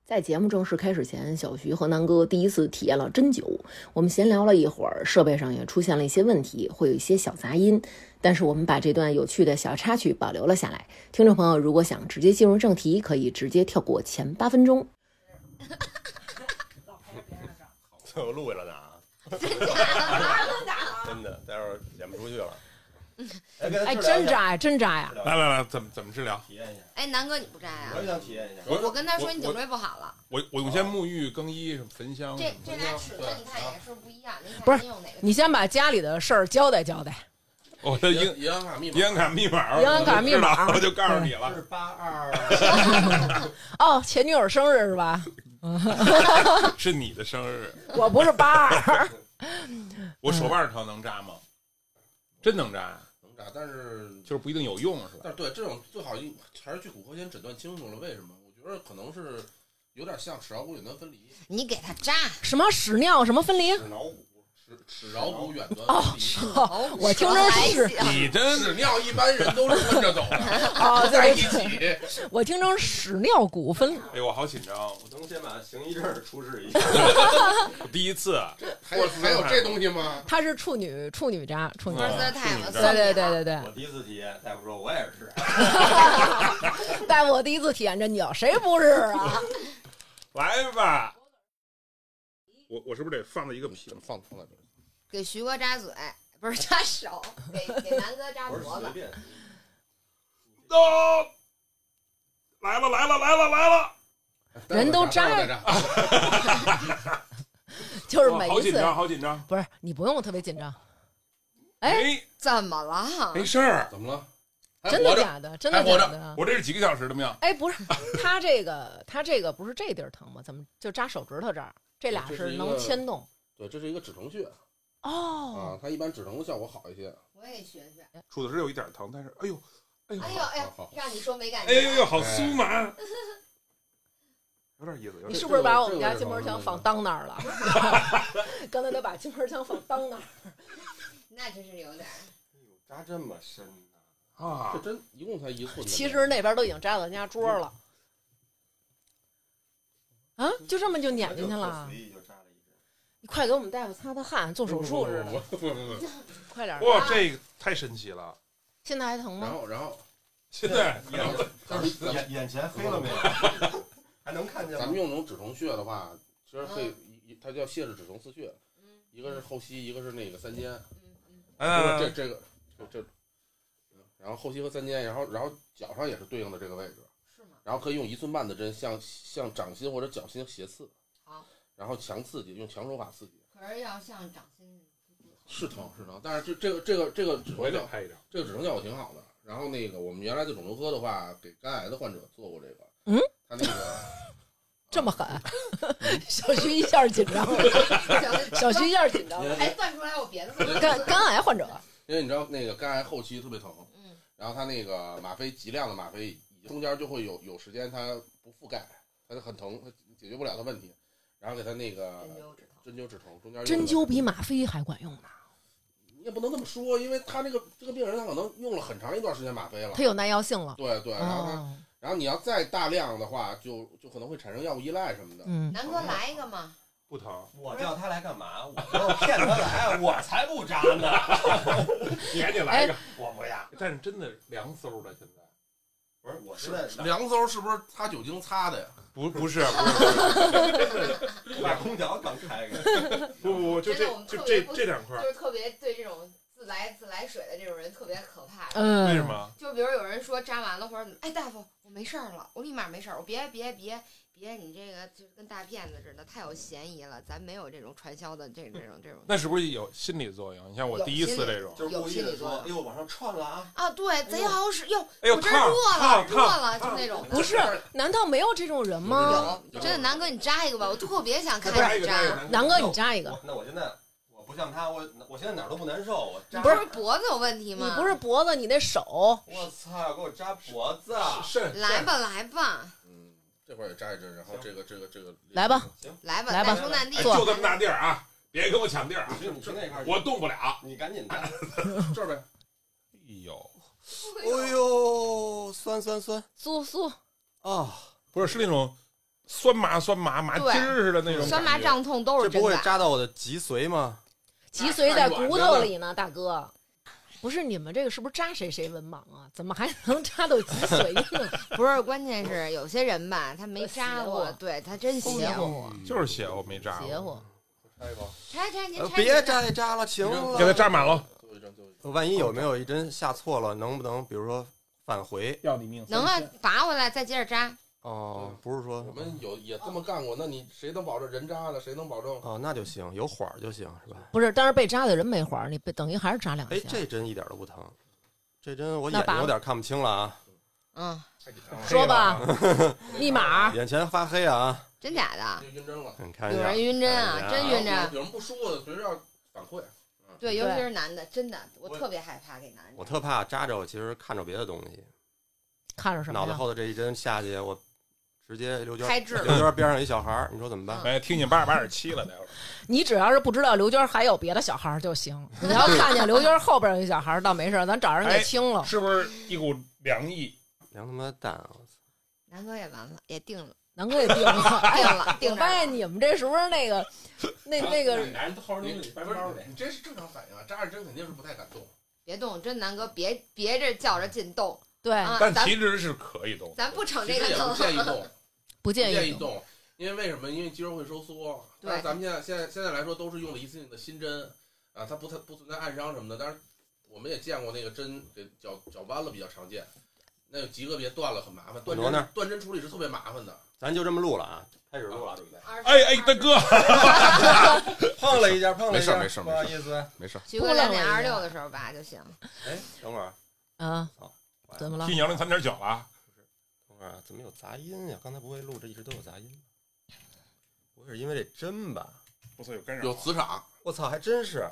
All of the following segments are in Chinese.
在节目正式开始前，小徐和南哥第一次体验了针灸。我们闲聊了一会儿，设备上也出现了一些问题，会有一些小杂音，但是我们把这段有趣的小插曲保留了下来。听众朋友如果想直接进入正题，可以直接跳过前8分钟。 我录下了呢啊！ 真假的？ 真的，待会儿剪不出去了。 哎，真扎呀，真扎呀！ 来，怎么治疗？ 体验一下。 哎，南哥你不扎呀？ 我也想体验一下。 我跟他说你颈椎不好了。 我用先沐浴、更衣、焚香。 这俩尺寸你看也是不一样。 不是，你先把家里的事儿交代交代。 我的银行卡密码， 银行卡密码， 银行卡密码， 我就告诉你了， 是82。 哦，前女友生日是吧？ 是你的生日， 我不是82。 我手腕疼能扎吗？真能扎呀？ 能扎，但是就是不一定有用，是吧？ 但是对这种最好还是去骨科先诊断清楚了。为什么？我觉得可能是有点像齿桡骨远端分离。 你给他扎什么屎尿什么分离？ 齿桡骨。齿桡骨远端哦，我听成屎， 你真屎尿一般人都是分着走的， 哦， 在一起。 我听成屎尿骨分。 哎呦，我好紧张！ 我能先把行医证出示一下。 我第一次， 还有这东西吗？ 他是处女扎，处女。对。 我第一次体验，大夫说我也是。 大夫，我第一次体验针灸，谁不是啊？ 来吧。我是不是得放在一个皮？ 放在这？ 给徐哥扎嘴，不是扎手，给南哥扎脖子。 来了！ 人都扎，就是每一次。 好紧张！ 不是，你不用特别紧张。 哎， 怎么了？ 没事儿。 怎么了？ 真的假的？真的假的？ 我这是几个小时的命。 哎，不是，他这个不是这地儿疼吗？怎么就扎手指头这儿？这俩是能牵动。 对，这是一个止疼穴。 哦。 它一般止疼的效果好一些。 我也学。 杵的是有一点疼，但是哎呦， 让你说没感觉。 哎呦，好酥麻。有点意思。 你是不是把我们家筋膜枪放裆那儿了？刚才得把筋膜枪放裆那儿。 那真是有点。 扎这么深呢？ 啊， 这针一共才1寸。 其实那边都已经扎到人家桌了。啊，就这么就撵进去了？你快给我们大夫擦擦汗，做手术似的。 不， 快点！ 哇，这个太神奇了。 现在还疼吗？ 然后， 现在眼前黑了没有？还能看见吗？咱们用这种止疼穴的话，其实可以，它叫泄氏止疼4穴，一个是后溪，一个是那个三尖。这个，然后后溪和三尖，然后脚上也是对应的这个位置。然后可以用1寸半的针向掌心或者脚心斜刺， 好， 然后强刺激，用强手法刺激。 可是要像掌心是疼，但是这个止疼效，这个止疼效果挺好的。然后那个我们原来在肿瘤科的话，给肝癌的患者做过这个，他那个这么狠，小徐一下紧张了，小徐一下紧张了， 哎，断出来我别的肝癌患者， 因为你知道那个肝癌后期特别疼，然后他那个吗啡极量的吗啡。中间就会有时间它不覆盖，它很疼，它解决不了的问题，然后给它那个针灸止疼，中间针灸比吗啡还管用呢。 你也不能这么说，因为他这个病人他可能用了很长一段时间吗啡了， 他有耐药性了。 对，然后你要再大量的话，就可能会产生药物依赖什么的。 南哥来一个嘛。 不疼， 我叫他来干嘛？我就骗他来，我才不扎呢。 你赶紧来一个， 我不要。 但是真的凉飕的，现在。 不是，我是凉飕，是不是擦酒精擦的呀？ 不是， 把空调刚开开。 不，就这两块， 就是特别对这种自来水的这种人特别可怕。 为什么？ 就比如有人说扎完了或者怎么，哎，大夫，我没事了，我立马没事，我别，你这个就跟大骗子似的，太有嫌疑了。咱没有这种传销的这种。 那是不是有心理作用？你像我第一次这种， 就是故意的说，哎呦，往上窜了啊！ 啊，对，贼好使，哟， 哎呦， 我这热了，就那种。 不是，难道没有这种人吗？ 有，真的，南哥你扎一个吧，我特别想看你扎。 南哥你扎一个。 那我现在我不像他，我现在哪儿都不难受，我扎。 不是脖子有问题吗？ 你不是脖子，你那手。 我操，给我扎脖子！ 来吧。 这会儿也扎一针，然后这个， 来吧， 行， 来吧， 难兄难弟， 就这么大地儿啊，别跟我抢地儿啊！ 你去那块儿， 我动不了， 你赶紧扎这儿呗。 哎呦，酸， 酥啊！ 不是那种酸麻麻筋似的那种， 酸麻胀痛都是真的。 这不会扎到我的脊髓吗？ 脊髓在骨头里呢，大哥。不是你们这个是不是扎谁文盲啊？怎么还能扎到脊髓呢？ 不是，关键是有些人吧，他没扎过，对他真邪乎， 就是邪乎没扎过。 邪乎。 拆您拆。 别扎了，行了， 给他扎满了。 万一有没有一针下错了，能不能比如说返回？ 要你命！ 能啊，拔回来再接着扎。 哦，不是说我们也这么干过，那你谁能保证人扎的？谁能保证？ 哦，那就行，有缓就行，是吧？ 不是，但是被扎的人没缓，你等于还是扎2下。 哎，这针一点都不疼，这针我眼睛有点看不清了啊。 嗯， 说吧，密码。 眼前发黑啊！ 真假的？ 晕针了。 你看一下， 有人晕针啊，真晕针。 有人不舒服的，随时要反馈。 对，尤其是男的，真的，我特别害怕给男人。 我特怕扎着，其实看着别的东西。 看着什么？ 脑袋后头这一针下去，我直接刘娟开智了。 刘娟边上一小孩，你说怎么办？ 哎，听见88.7了，待会儿。 你只要是不知道刘娟还有别的小孩就行。你要看见刘娟后边有一小孩，倒没事，咱找人给清了。 是不是一股凉意？ 凉他妈蛋！我操！ 南哥也完了，也定了。 南哥也定了， 定了。 我发现你们这是不是那个男人后你这是正常反应啊，扎着针肯定是不太敢动。 别动，真南哥别这较着劲动。 对， 但其实是可以动。 咱不逞这个疼。 不建议动， 不建议动，因为为什么？因为肌肉会收缩。但是咱们现在来说都是用了一次性的新针啊，它不存在暗伤什么的。但是我们也见过那个针给绞弯了，比较常见。那有极个别断了很麻烦，断针处理是特别麻烦的。 咱就这么录了啊，开始录了，对不对？ 哎，大哥， 碰了一下，没事， 不好意思， 没事。 徐哥2.26的时候拔就行。 哎，等会儿啊，怎么了？ 听杨凌3.9了。 等会儿怎么有杂音呀？刚才不会录，这一直都有杂音。不是因为这针吧？ 不是有干扰？ 有磁场。 我操，还真是。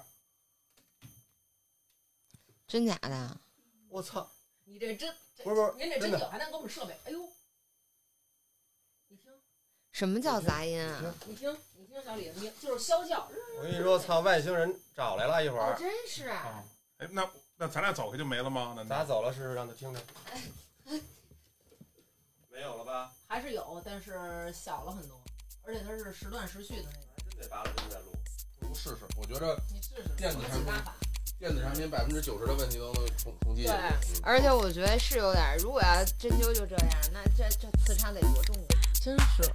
真假的？ 我操！ 你这针不是， 您这针灸还能给我们设备？哎呦，你听， 什么叫杂音啊？ 你听，小李，你就是啸叫。 我跟你说，操，外星人找来了一会儿。 真是。 哎，那咱俩走开就没了吗？ 咱走了试试，让他听听。没有了吧？ 还是有，但是小了很多，而且它是时断时续的那种。 真得拔了针再录。 不试试，我觉得你试试电子产品90%的问题都能重解决。 对，而且我觉得是有点，如果要针灸就这样，那这磁场得多重啊！ 真是。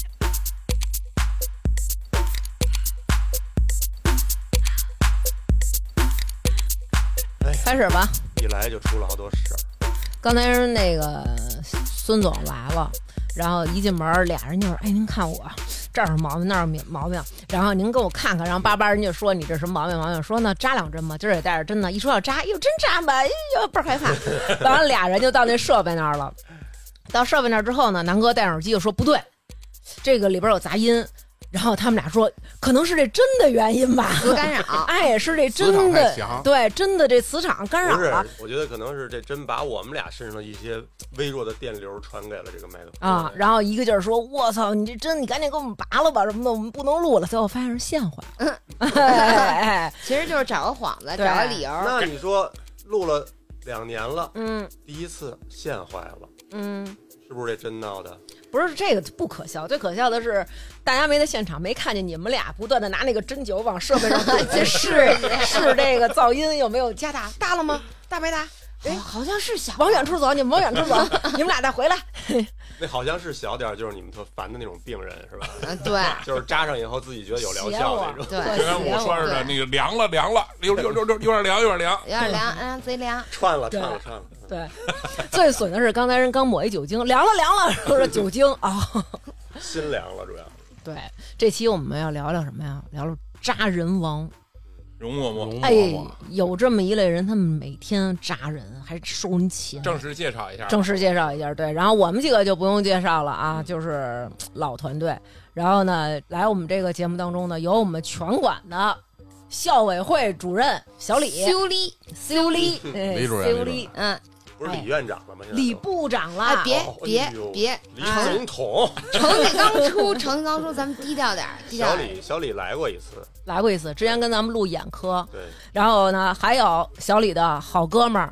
开始吧。 一来就出了好多事儿。 刚才那个孙总来了，然后一进门俩人就说：“哎，您看我这儿有毛病，那儿有毛病，然后您给我看看。”然后巴巴人就说：“你这什么毛病？”说呢扎2针嘛，今儿也带着针呢。一说要扎，哟，真扎吧，哎呦，倍儿害怕。完了俩人就到那设备那儿了。到设备那儿之后呢，南哥戴上耳机就说：“不对，这个里边有杂音。”然后他们俩说，可能是这针的原因吧， 磁干扰。 哎，是这针的，对，针的这磁场干扰了。 我觉得可能是这针把我们俩身上的一些微弱的电流传给了这个麦克风啊。然后一个劲儿说：“我操，你这针，你赶紧给我们拔了吧，什么的，我们不能录了。”最后发现是线坏了。 其实就是找个幌子，找个理由。 那你说录了2年了，第一次线坏了，是不是这针闹的？ 不是这个不可笑，最可笑的是大家没在现场，没看见你们俩不断的拿那个针灸往设备上去试这个噪音有没有加大了吗？大没大？ 哎，好像是小。 往远处走，你们往远处走，你们俩再回来。 那好像是小点，就是你们特烦的那种病人是吧？ 对， 就是扎上以后自己觉得有疗效那种。 对， 就跟我说似的，那个凉了，有点凉， 贼凉， 串了。 对，最损的是刚才人刚抹一酒精，凉了，说酒精啊， 心凉了主要。 对，这期我们要聊聊什么呀？聊聊扎人王。 容嬷嬷， 哎，有这么一类人，他们每天扎人，还收人钱。 正式介绍一下， 对。然后我们几个就不用介绍了啊，就是老团队。然后呢，来我们这个节目当中呢，有我们拳馆的校委会主任小李， 修理， 李主任， 不是李院长了吗？ 李部长了， 别， 李总统， 成绩刚出，咱们低调点。 小李来过一次， 之前跟咱们录眼科， 对。 然后呢，还有小李的好哥们儿，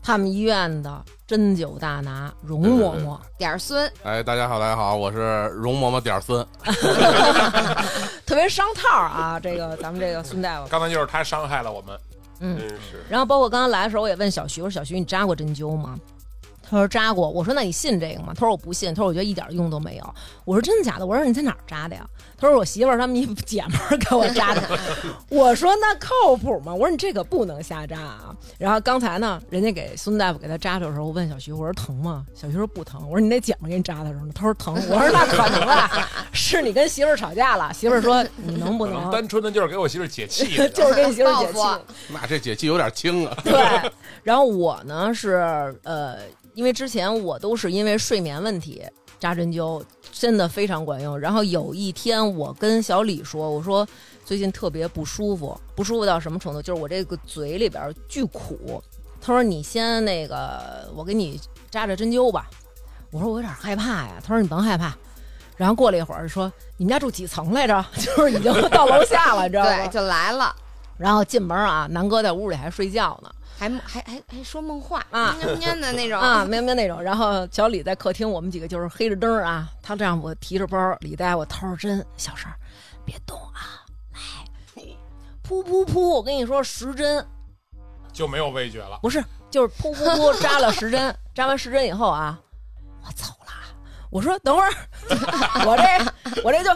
他们医院的针灸大拿容嬷嬷点孙。 哎，大家好，我是容嬷嬷点孙， 特别上套啊！这个咱们这个孙大夫， 刚才就是他伤害了我们， 是。 然后包括刚刚来的时候，我也问小徐，我说小徐，你扎过针灸吗？他说扎过。我说那你信这个吗？他说我不信。他说我觉得一点用都没有。我说真的假的？我说你在哪儿扎的呀？他说我媳妇儿他们一姐们儿给我扎的。我说那靠谱吗？我说你这个不能瞎扎啊。然后刚才呢，人家给孙大夫给他扎的时候，我问小徐，我说疼吗？小徐说不疼。我说你那姐们儿给你扎的时候呢？他说疼。我说那可能啊，是你跟媳妇儿吵架了，媳妇儿说你能不能？ 单纯的就是给我媳妇儿解气， 就是给你媳妇儿解气。 那这解气有点轻啊。 对。然后我呢是因为之前我都是因为睡眠问题扎针灸，真的非常管用。然后有一天我跟小李说，我说最近特别不舒服到什么程度？就是我这个嘴里边巨苦。他说你先那个我给你扎针灸吧。我说我有点害怕呀。他说你甭害怕。然后过了一会儿说你们家住几层来着？就是已经到楼下了，你知道吗？ 对，就来了。 然后进门啊，南哥在屋里还睡觉呢。 还说梦话啊， 喵的那种啊，喵喵那种。然后小李在客厅，我们几个就是黑着灯啊，他丈夫提着包，李大夫掏着针，小声别动啊，来，噗噗噗，我跟你说10针就没有味觉了， 不是，就是噗噗噗扎了10针，扎完10针以后啊，我走了。我说等会儿，我这就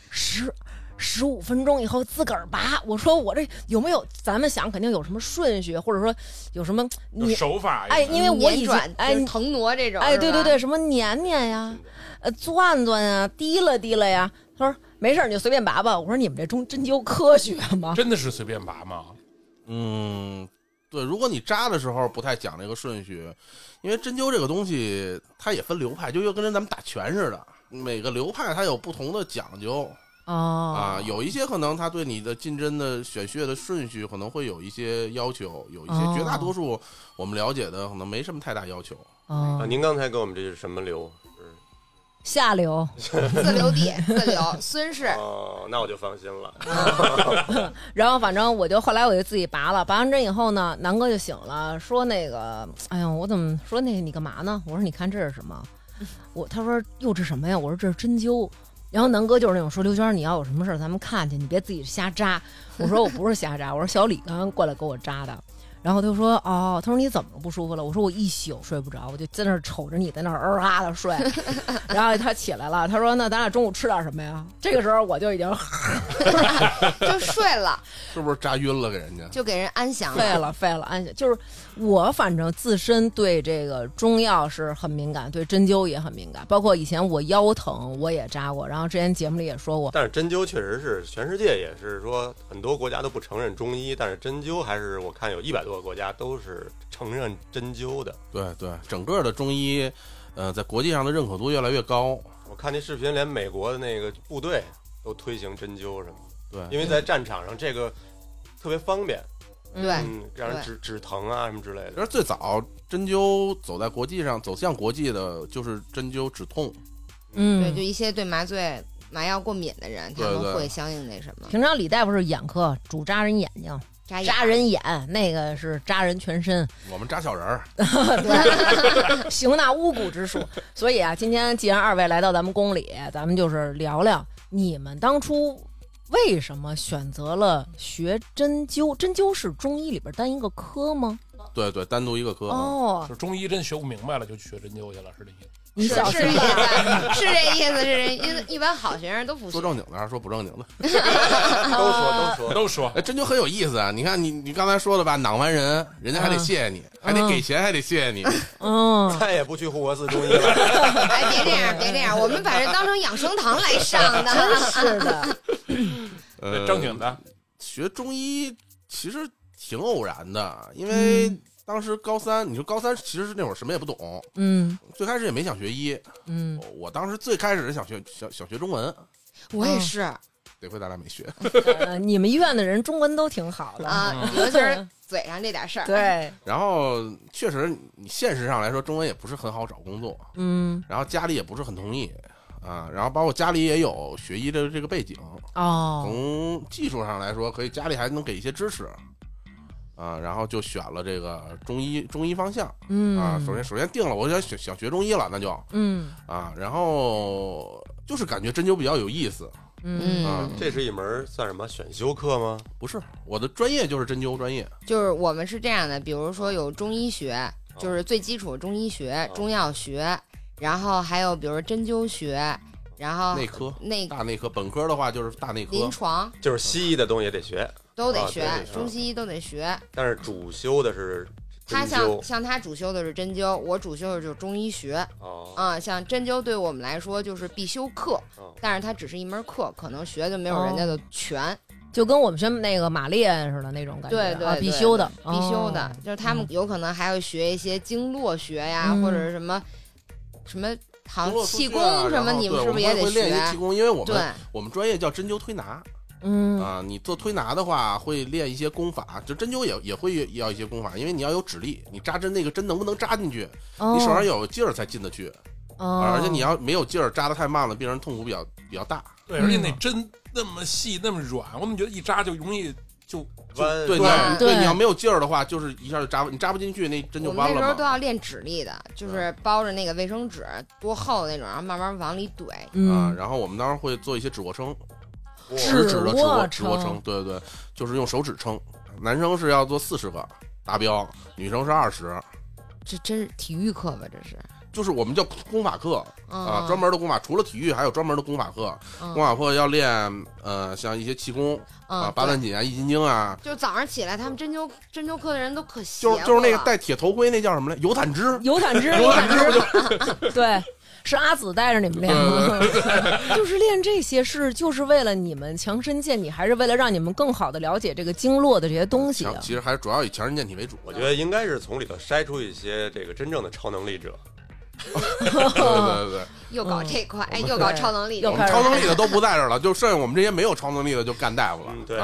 15分钟以后自个儿拔。我说我这有没有？咱们想肯定有什么顺序，或者说有什么有手法？ 哎，因为我以前就是腾挪这种， 哎，对，什么捻捻呀，钻钻呀，提了呀。他说没事，你就随便拔吧。我说你们这针灸科学吗？ 真的是随便拔吗？ 对，如果你扎的时候不太讲这个顺序，因为针灸这个东西它也分流派，就跟咱们打拳似的，每个流派它有不同的讲究。有一些可能他对你的进针的选穴的顺序可能会有一些要求，有一些绝大多数我们了解的可能没什么太大要求。 您刚才给我们这是什么流？ 下流， 自流底，自流孙氏。 那我就放心了。 然后反正后来我就自己拔了，拔完针以后呢，南哥就醒了，说那个，哎呀，我怎么说那个你干嘛呢？我说你看这是什么？他说哟这什么呀？我说这是针灸。然后南哥就是那种说刘娟，你要有什么事儿咱们看去，你别自己瞎扎。我说我不是瞎扎，我说小李刚刚过来给我扎的。然后他就说他说你怎么不舒服了？我说我一宿睡不着，我就在那儿瞅着你在那儿啊的睡。然后他起来了，他说那咱俩中午吃点什么呀？这个时候我就已经就睡了， 是不是扎晕了给人家？ 就给人安详了， 废了安详。就是我反正自身对这个中药是很敏感，对针灸也很敏感，包括以前我腰疼我也扎过，然后之前节目里也说过。 但是针灸确实是全世界也是说很多国家都不承认中医，但是针灸还是我看有100多个国家都是承认针灸的。 对，整个的中医在国际上的认可度越来越高。 我看那视频，连美国的那个部队都推行针灸什么的。对，因为在战场上这个特别方便。 对， 让人止疼啊什么之类的。 而最早针灸走向国际的就是针灸止痛。 对，就一些对麻药过敏的人，他们会相应那什么。 平常李大夫是眼科，主扎人眼睛。扎人眼，那个是扎人全身， 我们扎小人儿， 对，行那巫蛊之术。所以啊，今天既然2位来到咱们宫里，咱们就是聊聊你们当初为什么选择了学针灸？针灸是中医里边单一个科吗？ 对，单独一个科。 就中医真学不明白了，就去学针灸去了，是这意思。 你小心吧， 是这意思，是一般好学生都不说正经的还是说不正经的？ 都说。 哎，针灸很有意思啊！你看你刚才说的吧，囊完人家还得谢谢你，还得给钱，还得谢谢你。 再也不去护国寺中医了。 哎，别这样，我们把这当成养生堂来上的。 真是的。 正经的学中医其实挺偶然的，因为。当时高三，你说高三其实是那会儿什么也不懂，最开始也没想学医，我当时最开始想学中文， 我也是， 得亏咱俩没学。 你们医院的人中文都挺好的啊，尤其是嘴上这点事儿。 对， 然后确实你现实上来说，中文也不是很好找工作，然后家里也不是很同意啊，然后包括家里也有学医的这个背景，从技术上来说，可以家里还能给一些支持。 啊，然后就选了这个中医方向，首先定了，我想学中医了，那就然后就是感觉针灸比较有意思。 这是一门算什么选修课吗？ 不是，我的专业就是针灸专业。 就是我们是这样的，比如说有中医学，就是最基础的中医学、中药学，然后还有比如说针灸学，然后内科、大内科，本科的话就是大内科， 临床就是西医的东西也得学， 都得学，中西医都得学。 但是主修的是他像他主修的是针灸，我主修的就是中医学。像针灸对我们来说就是必修课，但是它只是一门课，可能学的没有人家的全。 就跟我们学那个马列似的那种感觉， 对， 必修的， 必修的，就是他们有可能还会学一些经络学呀，或者是什么好像气功什么，你们是不是也得学？ 练一些气功，因为我们专业叫针灸推拿。你做推拿的话会练一些功法，就针灸也会要一些功法，因为你要有指力，你扎针那个针能不能扎进去，你手上有劲儿才进得去，而且你要没有劲儿，扎得太慢了，病人痛苦比较大。 对，而且那针那么细那么软，我们觉得一扎就容易就弯。 对，你要没有劲儿的话，就是一下就扎，你扎不进去，那针就弯了嘛。 我们那时候都要练指力的，就是包着那个卫生纸多厚那种，然后慢慢往里怼。 然后我们当时会做一些指握称。食指的指握称，对，就是用手指称。男生是要做40个达标，女生是20。 这真是体育课吧？这是， 就是我们叫功法课专门的功法。除了体育，还有专门的功法课。功法课要练像一些气功八段锦啊、易筋经啊。 就早上起来，他们针灸课的人都可邪乎了。 就是那个戴铁头盔那叫什么来？游坦之， 对。是阿紫带着你们练吗？就是练这些就是为了你们强身健体，还是为了让你们更好的了解这个经络的这些东西其实还是主要以强身健体为主。 我觉得应该是从里头筛出一些这个真正的超能力者。 对， 又搞这块，又搞超能力， 我们超能力的都不在这儿了，就剩下我们这些没有超能力的就干大夫了。 对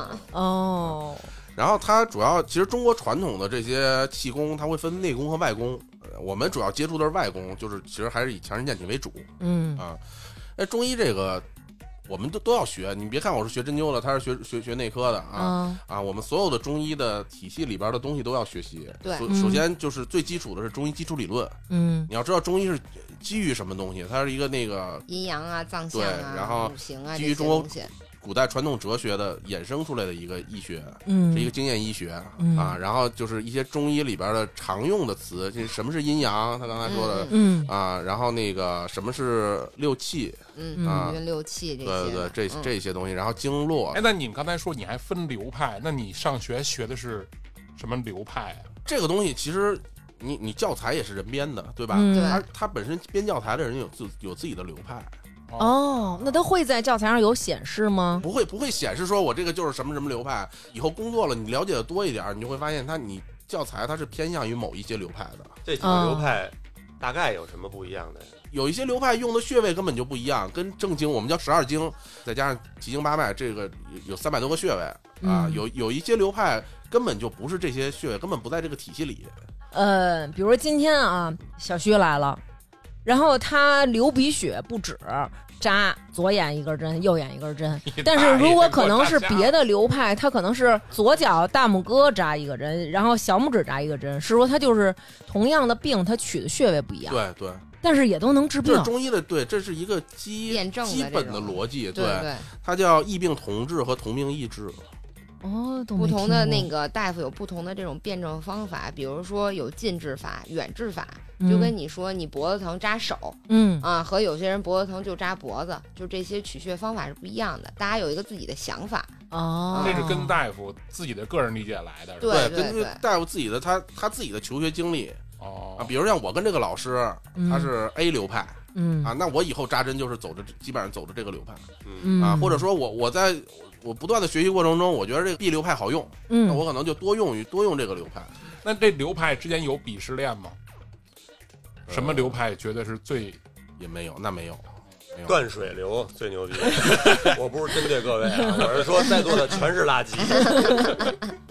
然后它主要其实中国传统的这些气功，它会分内功和外功。我们主要接触的是外功，就是其实还是以强身健体为主。中医这个我们都要学。你别看我是学针灸的，他是学内科的我们所有的中医的体系里边的东西都要学习。 对， 首先就是最基础的是中医基础理论。你要知道中医是基于什么东西，它是一个那个阴阳啊、藏象啊、 然后五行啊， 基于中国古代传统哲学的衍生出来的一个医学，是一个经验医学然后就是一些中医里边的常用的词，这什么是阴阳，他刚才说的然后那个什么是六气， 运六气这些， 对，这些东西，然后经络。 那你们刚才说你还分流派，那你上学学的是什么流派啊？ 这个东西其实你教材也是人编的，对吧？他本身编教材的人有自己的流派。 那他会在教材上有显示吗？ 不会显示说我这个就是什么什么流派。以后工作了，你了解的多一点，你就会发现你教材它是偏向于某一些流派的。 这几个流派大概有什么不一样的？ 有一些流派用的穴位根本就不一样，跟正经我们叫12经，再加上奇经八脉，这个有300多个穴位有一些流派根本就不是这些穴位，根本不在这个体系里。 比如今天小徐来了，然后他流鼻血不止，扎左眼一根针，右眼一根针。但是如果可能是别的流派，他可能是左脚大拇哥扎一个针，然后小拇指扎一个针，是说他就是同样的病，他取的穴位不一样。 对， 但是也都能治病。 这是中医的，对，这是一个基本的逻辑。 对， 它叫异病同治和同病异治。 不同的那个大夫有不同的这种辩证方法，比如说有近治法、远治法，就跟你说你脖子疼扎手，和有些人脖子疼就扎脖子，就这些取穴方法是不一样的，大家有一个自己的想法。 这是跟大夫自己的个人理解来的。 对， 跟大夫自己的他自己的求学经历。比如像我跟这个老师，他是 A 流派，那我以后扎针就是基本上走着这个流派，或者说我不断的学习过程中，我觉得这个 B 流派好用，那我可能就多用这个流派。 那这流派之间有鄙视链吗？什么流派觉得是最？ 也没有，那没有。 断水流最牛逼。我不是针对各位我是说在座的全是垃圾。 大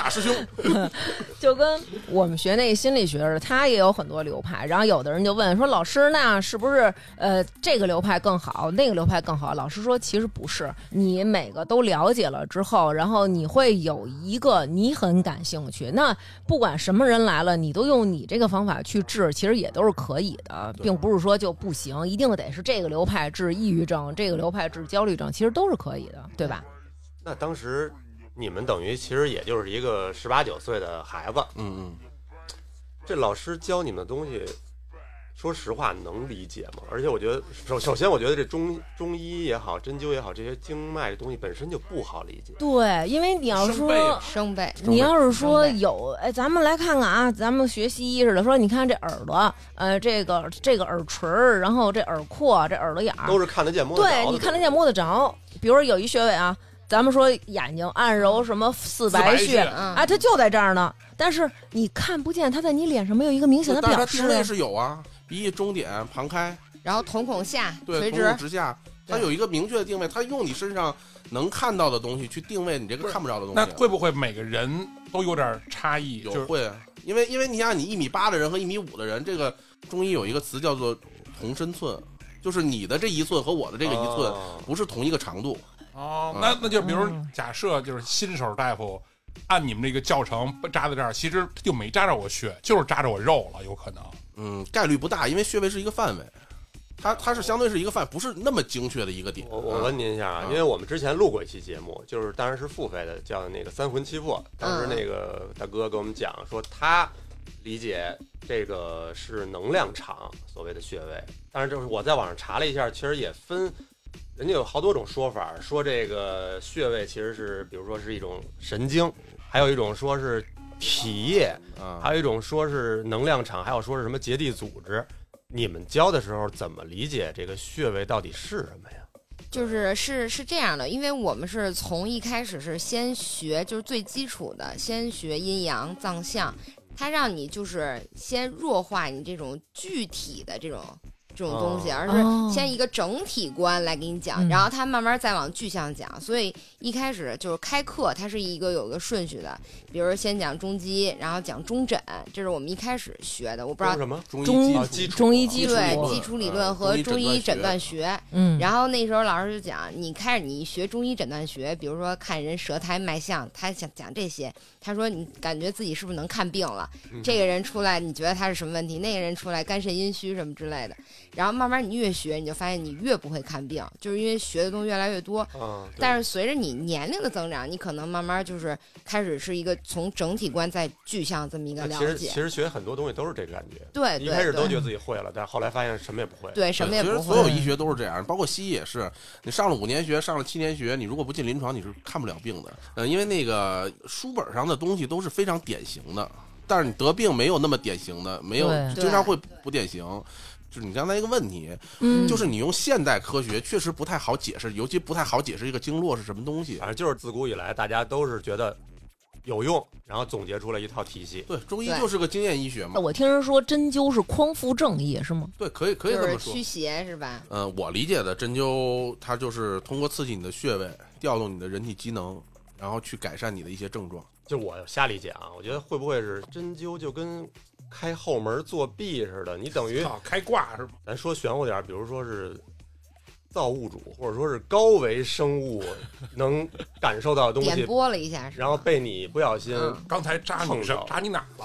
师兄。 就跟我们学那个心理学似的，他也有很多流派，然后有的人就问说，老师那是不是这个流派更好，那个流派更好？老师说其实不是，你每个都了解了之后，然后你会有一个你很感兴趣，那不管什么人来了，你都用你这个方法去治，其实也都是可以的，并不是说就不行，一定得是这个流派治抑郁症，这个流派治焦虑症，其实都是可以的，对吧？ 那当时你们等于其实也就是一个18、19岁的孩子，这老师教你们的东西，说实话能理解吗？而且我觉得，首先我觉得这中医也好，针灸也好，这些经脉的东西本身就不好理解。 对，因为你要说生背， 你要是说有，哎，咱们来看看啊，咱们学西医似的，说你看这耳朵，这个耳垂，然后这耳廓，这耳朵眼儿， 都是看得见摸得着的。 对，你看得见摸得着。比如有一穴位啊，咱们说眼睛按揉什么四白穴啊，它就在这儿呢，但是你看不见，它在你脸上没有一个明显的表示。 但是它定位是有啊，鼻翼中点旁开， 然后瞳孔下对，瞳孔直下，它有一个明确的定位，它用你身上能看到的东西去定位你这个看不着的东西。 那会不会每个人都有点差异？ 有会，因为你想，你1.8米的人和1.5米的人，这个中医有一个词叫做同身寸，就是你的这1寸和我的这个1寸不是同一个长度。 哦，那就比如假设就是新手大夫按你们这个教程扎在这儿，其实他就没扎着我穴，就是扎着我肉了，有可能。 概率不大，因为穴位是一个范围，它是相对是一个范，不是那么精确的一个点。 我问您一下啊，因为我们之前录过一期节目，就是当然是付费的，叫那个三魂七魄。当时那个大哥跟我们讲说，他理解这个是能量场所谓的穴位。当然，就是我在网上查了一下，其实也分。人家有好多种说法，说这个穴位其实是，比如说是一种神经，还有一种说是体液，还有一种说是能量场，还有说是什么结缔组织。你们教的时候怎么理解这个穴位到底是什么呀？ 是这样的，因为我们是从一开始是先学，就是最基础的，先学阴阳藏象，它让你就是先弱化你这种具体的这种东西，而是先一个整体观来给你讲，然后他慢慢再往具象讲。所以一开始就是开课，它是有个顺序的，比如先讲中基，然后讲中诊，这是我们一开始学的。我不知道什么中医基础， 对，基础理论和中医诊断学。然后那时候老师就讲，你学中医诊断学，比如说看人舌苔脉象，他想讲这些。他说你感觉自己是不是能看病了？这个人出来你觉得他是什么问题？那个人出来肝肾阴虚什么之类的。然后慢慢你越学，你就发现你越不会看病，就是因为学的东西越来越多。但是随着你年龄的增长，你可能慢慢就是开始是一个从整体观再具象这么一个了解。 其实学很多东西都是这个感觉。 对， 一开始都觉得自己会了，但是后来发现什么也不会。 对，什么也不会。 其实所有医学都是这样，包括西医也是。你上了5年学，上了7年学，你如果不进临床，你是看不了病的。因为那个书本上的东西都是非常典型的，但是你得病没有那么典型的，没有经常会不典型。就是你刚才一个问题，就是你用现代科学确实不太好解释，尤其不太好解释一个经络是什么东西。 反正就是自古以来大家都是觉得有用，然后总结出来一套体系。 对，中医就是个经验医学嘛。 我听人说针灸是匡扶正业，是吗？ 对，可以这么说。 驱邪是吧？ 我理解的针灸，它就是通过刺激你的穴位，调动你的人体机能，然后去改善你的一些症状。 就我瞎理解啊，我觉得会不会是针灸就跟开后门作弊似的？你等于开挂是吧？ 咱说玄乎点，比如说是造物主，或者说是高维生物能感受到的东西， 点拨了一下， 然后被你不小心， 刚才扎你哪了？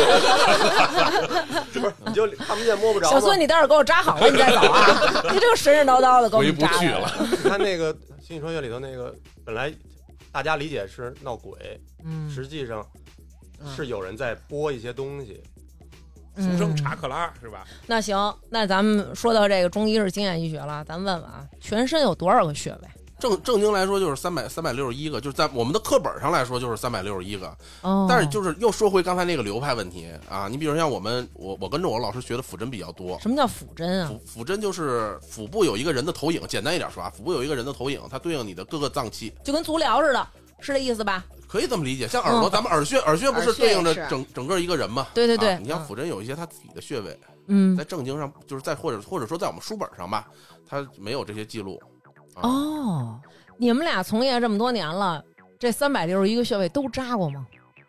不是，你就看不见摸不着。 小孙，你待会儿给我扎好了，你再走啊！你这个神神叨叨的，给我回不去了。 你看那个《心理传学》里头那个，本来大家理解是闹鬼，实际上是有人在播一些东西。 俗称查克拉是吧？ 那行，那咱们说到这个中医是经验医学了，咱问问啊，全身有多少个穴位？ 正经来说就是361个，就是在我们的课本上来说就是361个。但是就是又说回刚才那个流派问题啊，你比如像我跟着我老师学的辅针比较多。 什么叫辅针啊？ 辅针就是腹部有一个人的投影，简单一点说啊，腹部有一个人的投影，它对应你的各个脏器， 就跟足疗似的，是这意思吧？ 可以这么理解，像耳朵，咱们耳穴不是对应着整个一个人吗？ 对对对， 你像辅针有一些它自己的穴位，在正经上就是在或者说在我们书本上吧，它没有这些记录。 你们俩从业这么多年了，这361个穴位都扎过吗？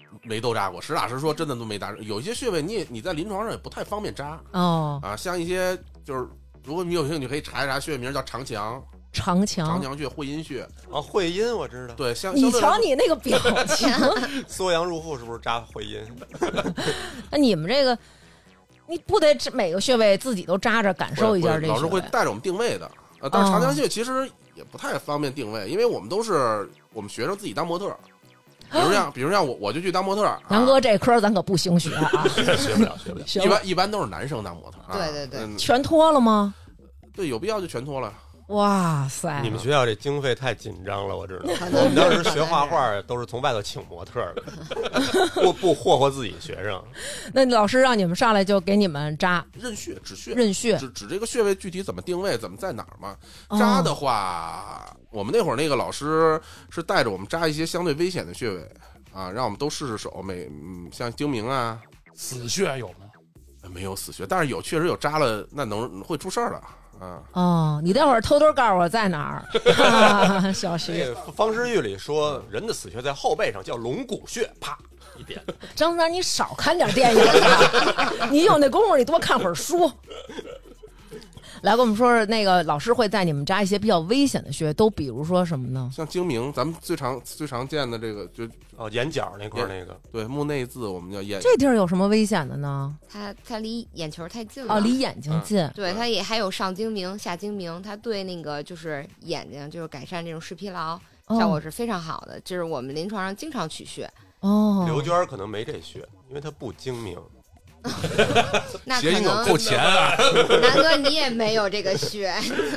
没都扎过，实打实说，真的都没扎。有一些穴位你在临床上也不太方便扎像一些就是如果你有兴趣，你可以查一查穴位名叫长墙穴、会阴穴会阴我知道。 对， 你瞧你那个表情， 缩阳入腹是不是扎会阴？ 那你们这个，你不得每个穴位自己都扎着感受一下这个？ 老师会带着我们定位的。但是长墙穴其实也不太方便定位，因为我们都是我们学生自己当模特。比如像我就去当模特。 杨哥这科咱可不兴学啊， 学不了。 一般都是男生当模特。 对， 全脱了吗？ 对，有必要就全脱了。 哇塞！ 你们学校这经费太紧张了，我知道。我们当时学画画都是从外头请模特的，不霍霍自己学生。 那老师让你们上来就给你们扎认穴、止穴、指这个穴位具体怎么定位，怎么在哪儿嘛？扎的话，我们那会儿那个老师是带着我们扎一些相对危险的穴位让我们都试试手。像睛明啊， 死穴有吗？ 没有死穴，但是确实有扎了，那会出事儿的。 你待会儿偷偷告诉我在哪儿。小徐， 方世玉里说人的死穴在后背上，叫龙骨穴，啪一点。 张三，你少看点电影吧，你有那功夫你多看会儿书。来跟我们说说那个老师会在你们扎一些比较危险的穴，都比如说什么呢？ 像睛明，咱们最常见的这个就眼角那块那个， 对，目内眦我们叫眼。 这地儿有什么危险的呢？ 它离眼球太近了。 离眼睛近。 对，它也还有上睛明、下睛明，它对那个就是眼睛就是改善这种视疲劳效果是非常好的，就是我们临床上经常取穴。 刘娟可能没这穴，因为她不精明。 那可能扣钱啊！ 南哥你也没有这个穴。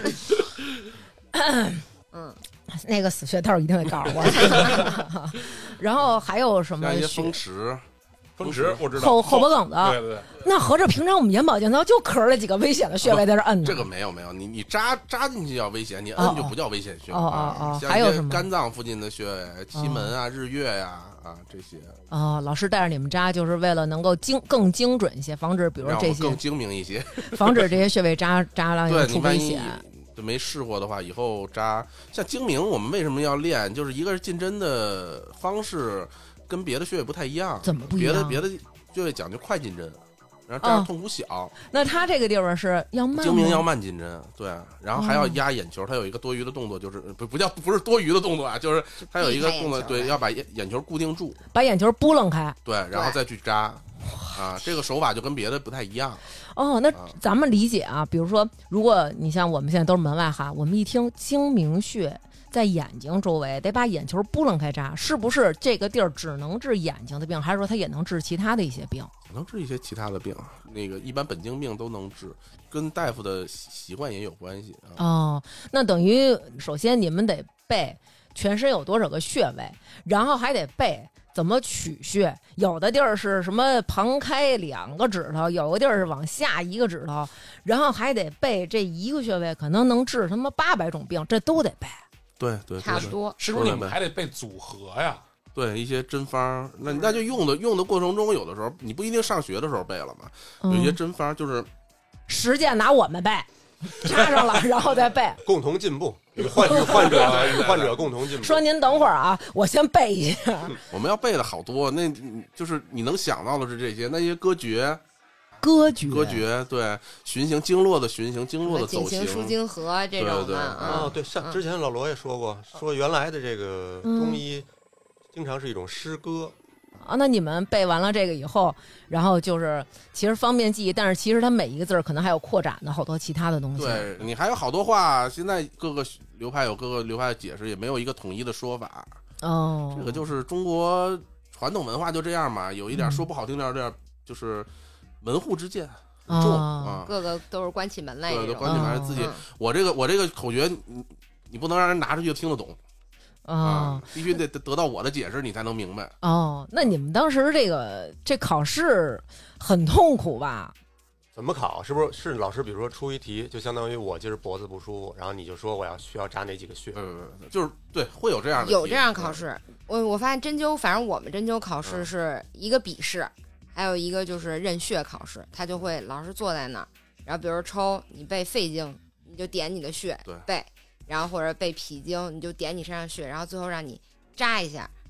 那个死穴道一定会告诉我。然后还有什么像一些风池我知道后脖梗子。 对， 那合着平常我们眼保健操就磕了几个危险的穴位在这摁呢？ 这个没有，你扎进去叫危险，你摁就不叫危险穴。 还有什么肝脏附近的穴位，奇门啊、日月呀这些。 老师带着你们扎，就是为了能够更精准一些，防止比如说这些更精明一些， 防止这些穴位扎了出危险。 就没试过的话，以后扎像睛明，我们为什么要练？就是一个是进针的方式跟别的穴位不太一样。 怎么不一样？ 别的穴位讲究快进针，然后这样痛苦小。 那他这个地方是要慢吗？ 睛明要慢进针，对，然后还要压眼球，它有一个多余的动作，就是不是多余的动作就是它有一个动作，对，要把眼球固定住， 把眼球拨楞开， 对，然后再去扎。这个手法就跟别的不太一样。 那咱们理解比如说，如果你像我们现在都是门外汉，我们一听睛明穴在眼睛周围，得把眼球拨楞开扎，是不是这个地儿只能治眼睛的病，还是说它也能治其他的一些病？ 能治一些其他的病，那个一般本经病都能治，跟大夫的习惯也有关系。 那等于首先你们得背全身有多少个穴位，然后还得背怎么取穴，有的地儿是什么旁开2个指头，有的地儿是往下1个指头，然后还得背这一个穴位可能能治他妈800种病，这都得背。 对， 差不多。 是不是你们还得背组合呀？ 对，一些针方，那就用的过程中，有的时候你不一定上学的时候背了嘛，有一些针方就是实践拿我们背，插上了然后再背， 共同进步，与患者共同进步。 说您等会儿我先背一下。 我们要背的好多，那就是你能想到的是这些，那些歌诀，对，循行经络的循行，经络的走行， 输经合这种的。 对，像之前老罗也说过，说原来的这个中医经常是一种诗歌。 那你们背完了这个以后，然后就是其实方便记忆，但是其实它每一个字可能还有扩展的好多其他的东西。 对，你还有好多话，现在各个流派有各个流派的解释，也没有一个统一的说法。这个就是中国传统文化就这样嘛，有一点说不好听点就是门户之见重各个都是关起门来， 对，都关起门来自己。我这个口诀，你不能让人拿出去就听得懂。必须得得到我的解释，你才能明白。 那你们当时这考试很痛苦吧？ 怎么考？是不是老师比如说出一题，就相当于我今儿脖子不舒服，然后你就说我需要扎哪几个穴？ 就是对，会有这样的， 有这样考试。我发现针灸，反正我们针灸考试是一个笔试，还有一个就是认穴考试，他就会老师坐在那儿，然后比如抽你背肺经，你就点你的穴背。然后或者背脾经，你就点你身上穴，然后最后让你扎一下，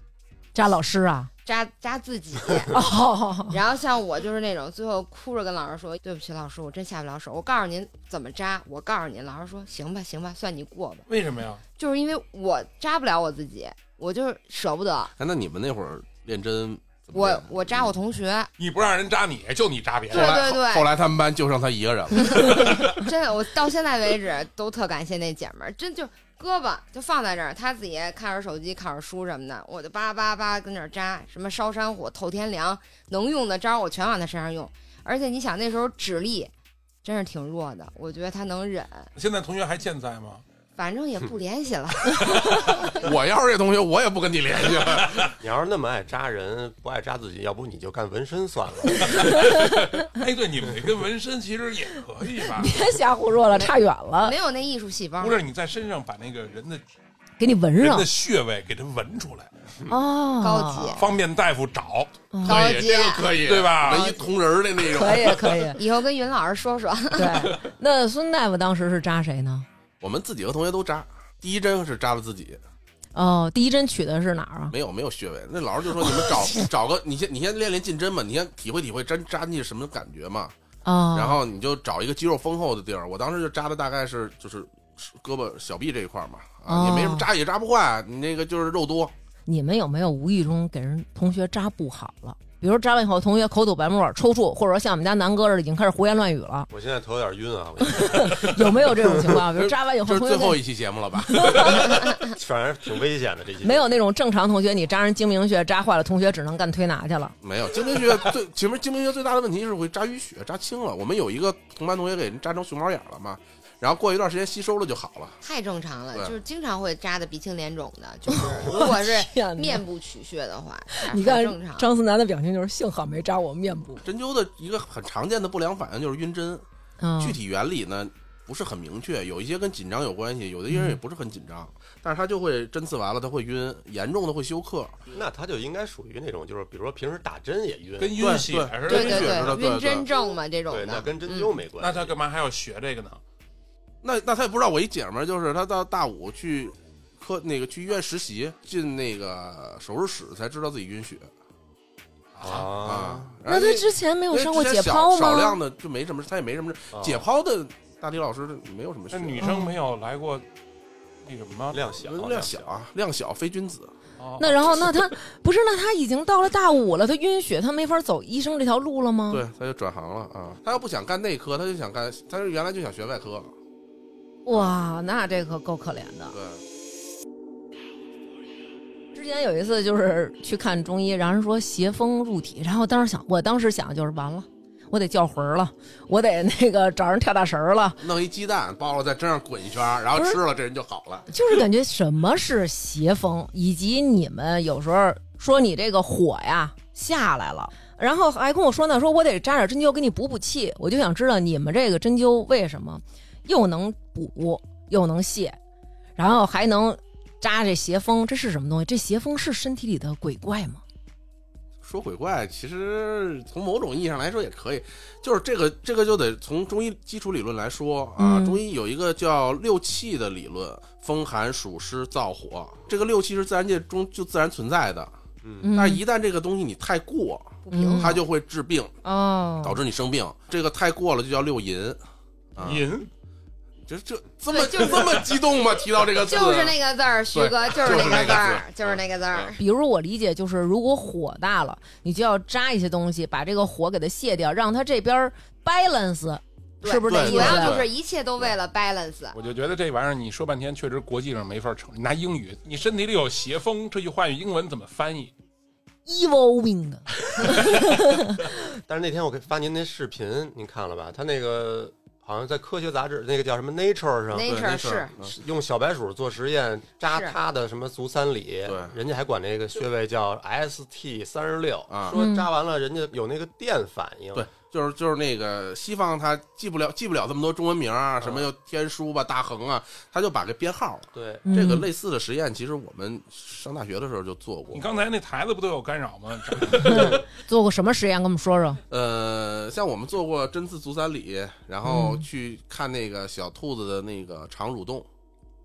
扎老师啊， 扎自己。然后像我就是那种最后哭着跟老师说：“对不起，老师，我真下不了手。我告诉您怎么扎，我告诉您。”老师说：“行吧，行吧，算你过吧。” 为什么呀？ 就是因为我扎不了我自己，我就是舍不得。 那你们那会儿练针？ 我扎我同学， 你不让人扎你，就你扎别人。 对。 后来他们班就剩他一个人了。 真的，我到现在为止都特感谢那姐们儿，真就胳膊就放在这儿，她自己看着手机看着书什么的，我就叭跟那儿扎，什么烧山火透天凉，能用的招我全往她身上用。而且你想那时候指力真是挺弱的，我觉得她能忍。 现在同学还健在吗？ 反正也不联系了。 我要是这同学，我也不跟你联系了。 你要是那么爱扎人，不爱扎自己，要不你就干纹身算了。 哎，对，你们这跟纹身其实也可以吧？ 别瞎胡说了，差远了。 没有那艺术细胞。 不是你在身上把那个人的给你纹上人的穴位给它纹出来。 哦， 高级， 方便大夫找。 高级， 这个可以， 对吧？ 纹一铜人的那种。 可以。 以后跟云老师说说。 对，那孙大夫当时是扎谁呢？ 我们自己和同学都扎，第一针是扎了自己。 哦，第一针取的是哪儿啊？ 没有穴位。那老师就说你们找个，你先练进针嘛，你先体会针扎进去什么感觉嘛。 哦。 然后你就找一个肌肉丰厚的地儿。我当时就扎的大概就是胳膊小臂这一块嘛，也没什么扎也扎不坏，你那个就是肉多。 你们有没有无意中给人同学扎不好了？比如扎完以后，同学口吐白沫、抽搐，或者说像我们家南哥似的已经开始胡言乱语了。 我现在头有点晕啊！ 有没有这种情况？比如扎完以后， 这是最后一期节目了吧？ 反正挺危险的这期。 没有那种正常同学，你扎人睛明穴扎坏了，同学只能干推拿去了。 没有睛明穴其实睛明穴最大的问题是会扎淤血、扎青了。我们有一个同班同学给人扎成熊猫眼了嘛。然后过一段时间吸收了就好了， 太正常了，就是经常会扎的鼻青脸肿的，就是如果是面部取穴的话， 你看正常。 张思楠的表情就是幸好没扎我面部。 针灸的一个很常见的不良反应就是晕针，具体原理呢不是很明确，有一些跟紧张有关系，有的人也不是很紧张，但是他就会针刺完了他会晕，严重的会休克。 那他就应该属于那种就是比如说平时打针也晕， 跟晕血似的， 对，晕针症嘛这种的。 对，那跟针灸没关系。 那他干嘛还要学这个呢？ 那他也不知道。我一姐们儿就是他到大5去医院实习，进那个手术室才知道自己晕血啊。 那他之前没有上过解剖吗？ 少量的就没什么，他也没什么解剖的。大体老师没有什么血。 那女生没有来过那什么量小非君子。 那然后那他不是那他已经到了大5了，他晕血，他没法走医生这条路了吗？ 对，他就转行了啊。他要不想干内科，他原来就想学外科。 哇，那这可够可怜的。 对， 之前有一次就是去看中医，然后人说邪风入体，然后我当时想就是完了，我得叫魂了，我得那个找人跳大神了， 弄一鸡蛋包了在针上滚一圈，然后吃了这人就好了。 就是感觉什么是邪风，以及你们有时候说你这个火呀下来了，然后还跟我说呢，说我得扎点针灸给你补气，我就想知道你们这个针灸为什么又能补又能泻，然后还能扎这邪风，这是什么东西？这邪风是身体里的鬼怪吗？ 说鬼怪，其实从某种意义上来说也可以，就是这个就得从中医基础理论来说啊。中医有一个叫六气的理论，风寒暑湿燥火，这个六气是自然界中就自然存在的。但是一旦这个东西你太过，它就会致病导致你生病。这个太过了就叫六淫。 淫。 这么激动吗？提到这个字， 就是那个字儿，徐哥，就是那个字儿，就是那个字儿。 比如我理解就是，如果火大了，你就要扎一些东西，把这个火给它卸掉，让它这边 balance， 是不是这意思？ 主要就是一切都为了 balance。 我就觉得这玩意儿你说半天，确实国际上没法成。拿英语，你身体里有邪风这句话语英文怎么翻译 ？Evil wind。 但是那天我发您那视频，您看了吧？他那个。好像在科学杂志那个叫什么 Nature 上 ，Nature 是用小白鼠做实验扎它的什么足三里，人家还管那个穴位叫 ST36，说扎完了人家有那个电反应。 对，就是那个西方他记不了这么多中文名啊，什么又天书吧、大恒啊，他就把这编号了。 对， 这个类似的实验其实我们上大学的时候就做过。 你刚才那台子不都有干扰吗？ 做过什么实验？跟我们说说。 像我们做过针刺足三里，然后去看那个小兔子的那个肠蠕动。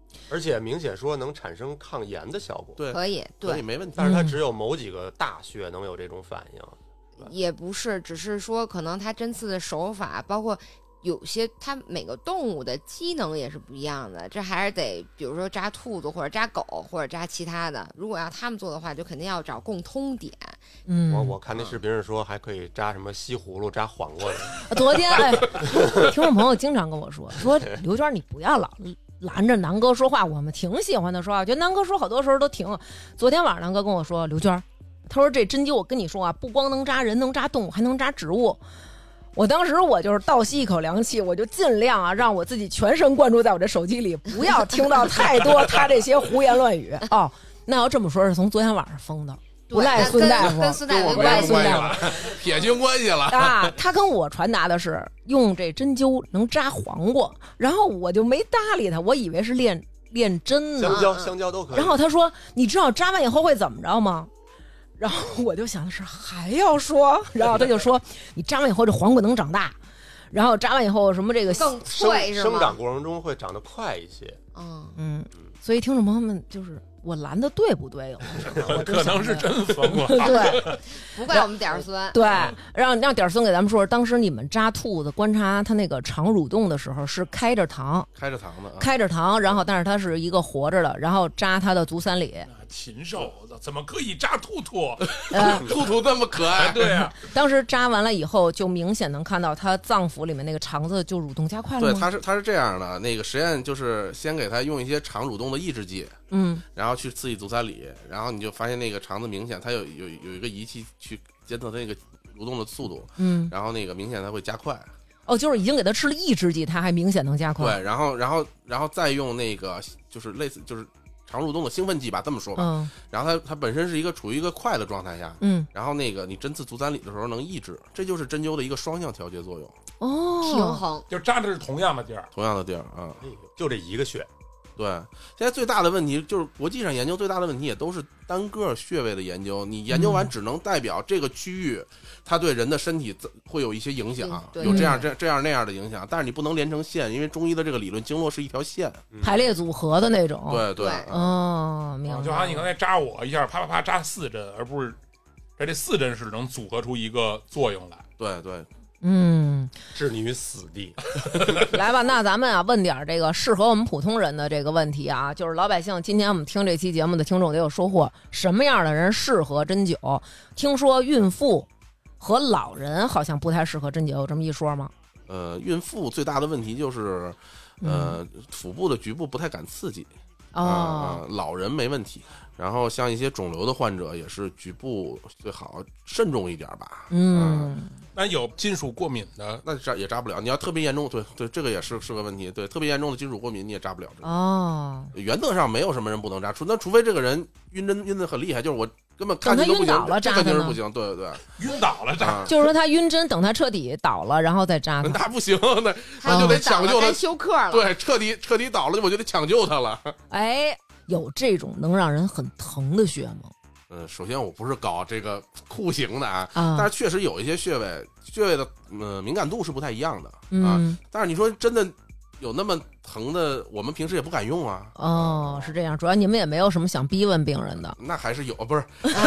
而且明显说能产生抗炎的效果。 对， 可以， 没问题。 但是它只有某几个大穴能有这种反应。 也不是，只是说可能它针刺的手法，包括有些它每个动物的机能也是不一样的，这还是得比如说扎兔子或者扎狗或者扎其他的，如果要他们做的话，就肯定要找共通点。 我看那视频是说还可以扎什么西葫芦、扎黄瓜的。 昨天听众朋友经常跟我说刘娟你不要老拦着南哥说话，我们挺喜欢他说话，我觉得南哥说好多时候都挺。昨天晚上南哥跟我说，刘娟他说这针灸我跟你说啊，不光能扎人，能扎动物，还能扎植物。我当时我就是倒吸一口凉气，我就尽量啊让我自己全神贯注在我这手机里，不要听到太多他这些胡言乱语。哦，那要这么说是从昨天晚上封的，不赖孙大夫， 跟孙大夫不赖孙大夫， 撇清关系了啊！他跟我传达的是用这针灸能扎黄瓜，然后我就没搭理他，我以为是练针呢， 香蕉都可以。 然后他说：“你知道扎完以后会怎么着吗？”然后我就想的是还要说，然后他就说：“你扎完以后这黄瓜能长大，然后扎完以后什么这个更脆是吗？ 生长过程中会长得快一些。” 所以听众朋友们就是我拦的对不对？ 可能是真疯了。 对， 不怪我们点儿孙。 对，让点儿孙给咱们说，当时你们扎兔子观察它那个肠蠕动的时候是开着膛的，然后但是它是一个活着的，然后扎它的足三里。 禽兽怎么可以扎兔兔？ 兔兔那么可爱， 对啊。 当时扎完了以后，就明显能看到它脏腑里面那个肠子就蠕动加快了吗？ 对，它是这样的，那个实验就是先给它用一些肠蠕动的抑制剂，然后去刺激足三里，然后你就发现那个肠子明显它有一个仪器去监测它那个蠕动的速度，然后那个明显它会加快。 哦，就是已经给它吃了抑制剂，它还明显能加快。 对，然后再用那个就是类似就是肠蠕动的兴奋剂吧，这么说吧。然后它本身是处于一个快的状态下，然后那个你针刺足三里的时候能抑制，这就是针灸的一个双向调节作用。 平衡， 就扎的是同样的地儿啊， 就这一个穴。 对，现在最大的问题就是国际上研究最大的问题也都是单个穴位的研究，你研究完只能代表这个区域它对人的身体会有一些影响，有这样那样的影响，但是你不能连成线，因为中医的这个理论经络是一条线， 排列组合的那种。 对， 明白。 就好像你刚才扎我一下，啪啪啪扎4针，而不是这4针是能组合出一个作用来。 对。 置你于死地。 来吧，那咱们啊问点这个适合我们普通人的这个问题啊，就是老百姓，今天我们听这期节目的听众得有收获，什么样的人适合针灸？听说孕妇和老人好像不太适合针灸，有这么一说吗？ 孕妇最大的问题就是腹部的局部不太敢刺激。老人没问题，然后像一些肿瘤的患者也是局部最好慎重一点吧。 那有金属过敏的， 那也扎不了。你要特别严重，对，这个也是个问题。对，特别严重的金属过敏你也扎不了。原则上没有什么人不能扎，除非这个人晕得很厉害，就是我根本看见都不行，这肯定是不行。对， 晕倒了扎， 就是说他晕针，等他彻底倒了，然后再扎他。 那不行，那就得抢救他， 休克了。 对，彻底倒了，我就得抢救他了。 哎，有这种能让人很疼的穴吗？ 首先我不是搞这个酷刑的啊，但是确实有一些穴位的敏感度是不太一样的但是你说真的有那么疼的，我们平时也不敢用啊。 是这样，主要你们也没有什么想逼问病人的。 那还是有，不是。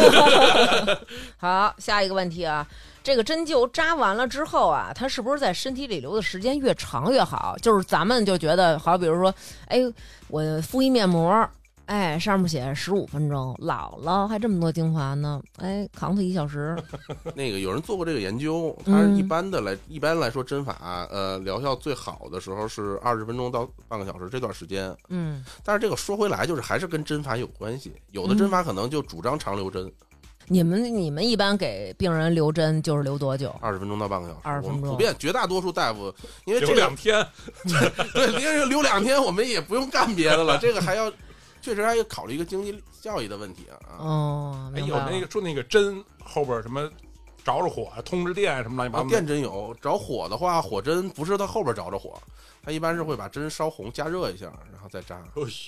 好，下一个问题啊，这个针灸扎完了之后啊，它是不是在身体里留的时间越长越好？就是咱们就觉得好，比如说，我敷一面膜。上面写15分钟，老了还这么多精华呢，扛它1小时。 那个有人做过这个研究，它一般来说针法，疗效最好的时候是20分钟到半个小时这段时间。但是这个说回来，就是还是跟针法有关系，有的针法可能就主张长留针。 你们一般给病人留针就是留多久 ？20分钟到半个小时。 20分钟。 普遍绝大多数大夫，因为这留2天， 对，因为留2天，我们也不用干别的了，这个还要。确实还要考虑一个经济效益的问题啊！ 有那个说那个针后边什么着火、通知电什么乱七八糟。 电针有着火的话，火针不是它后边着火，它一般是会把针烧红、加热一下，然后再扎。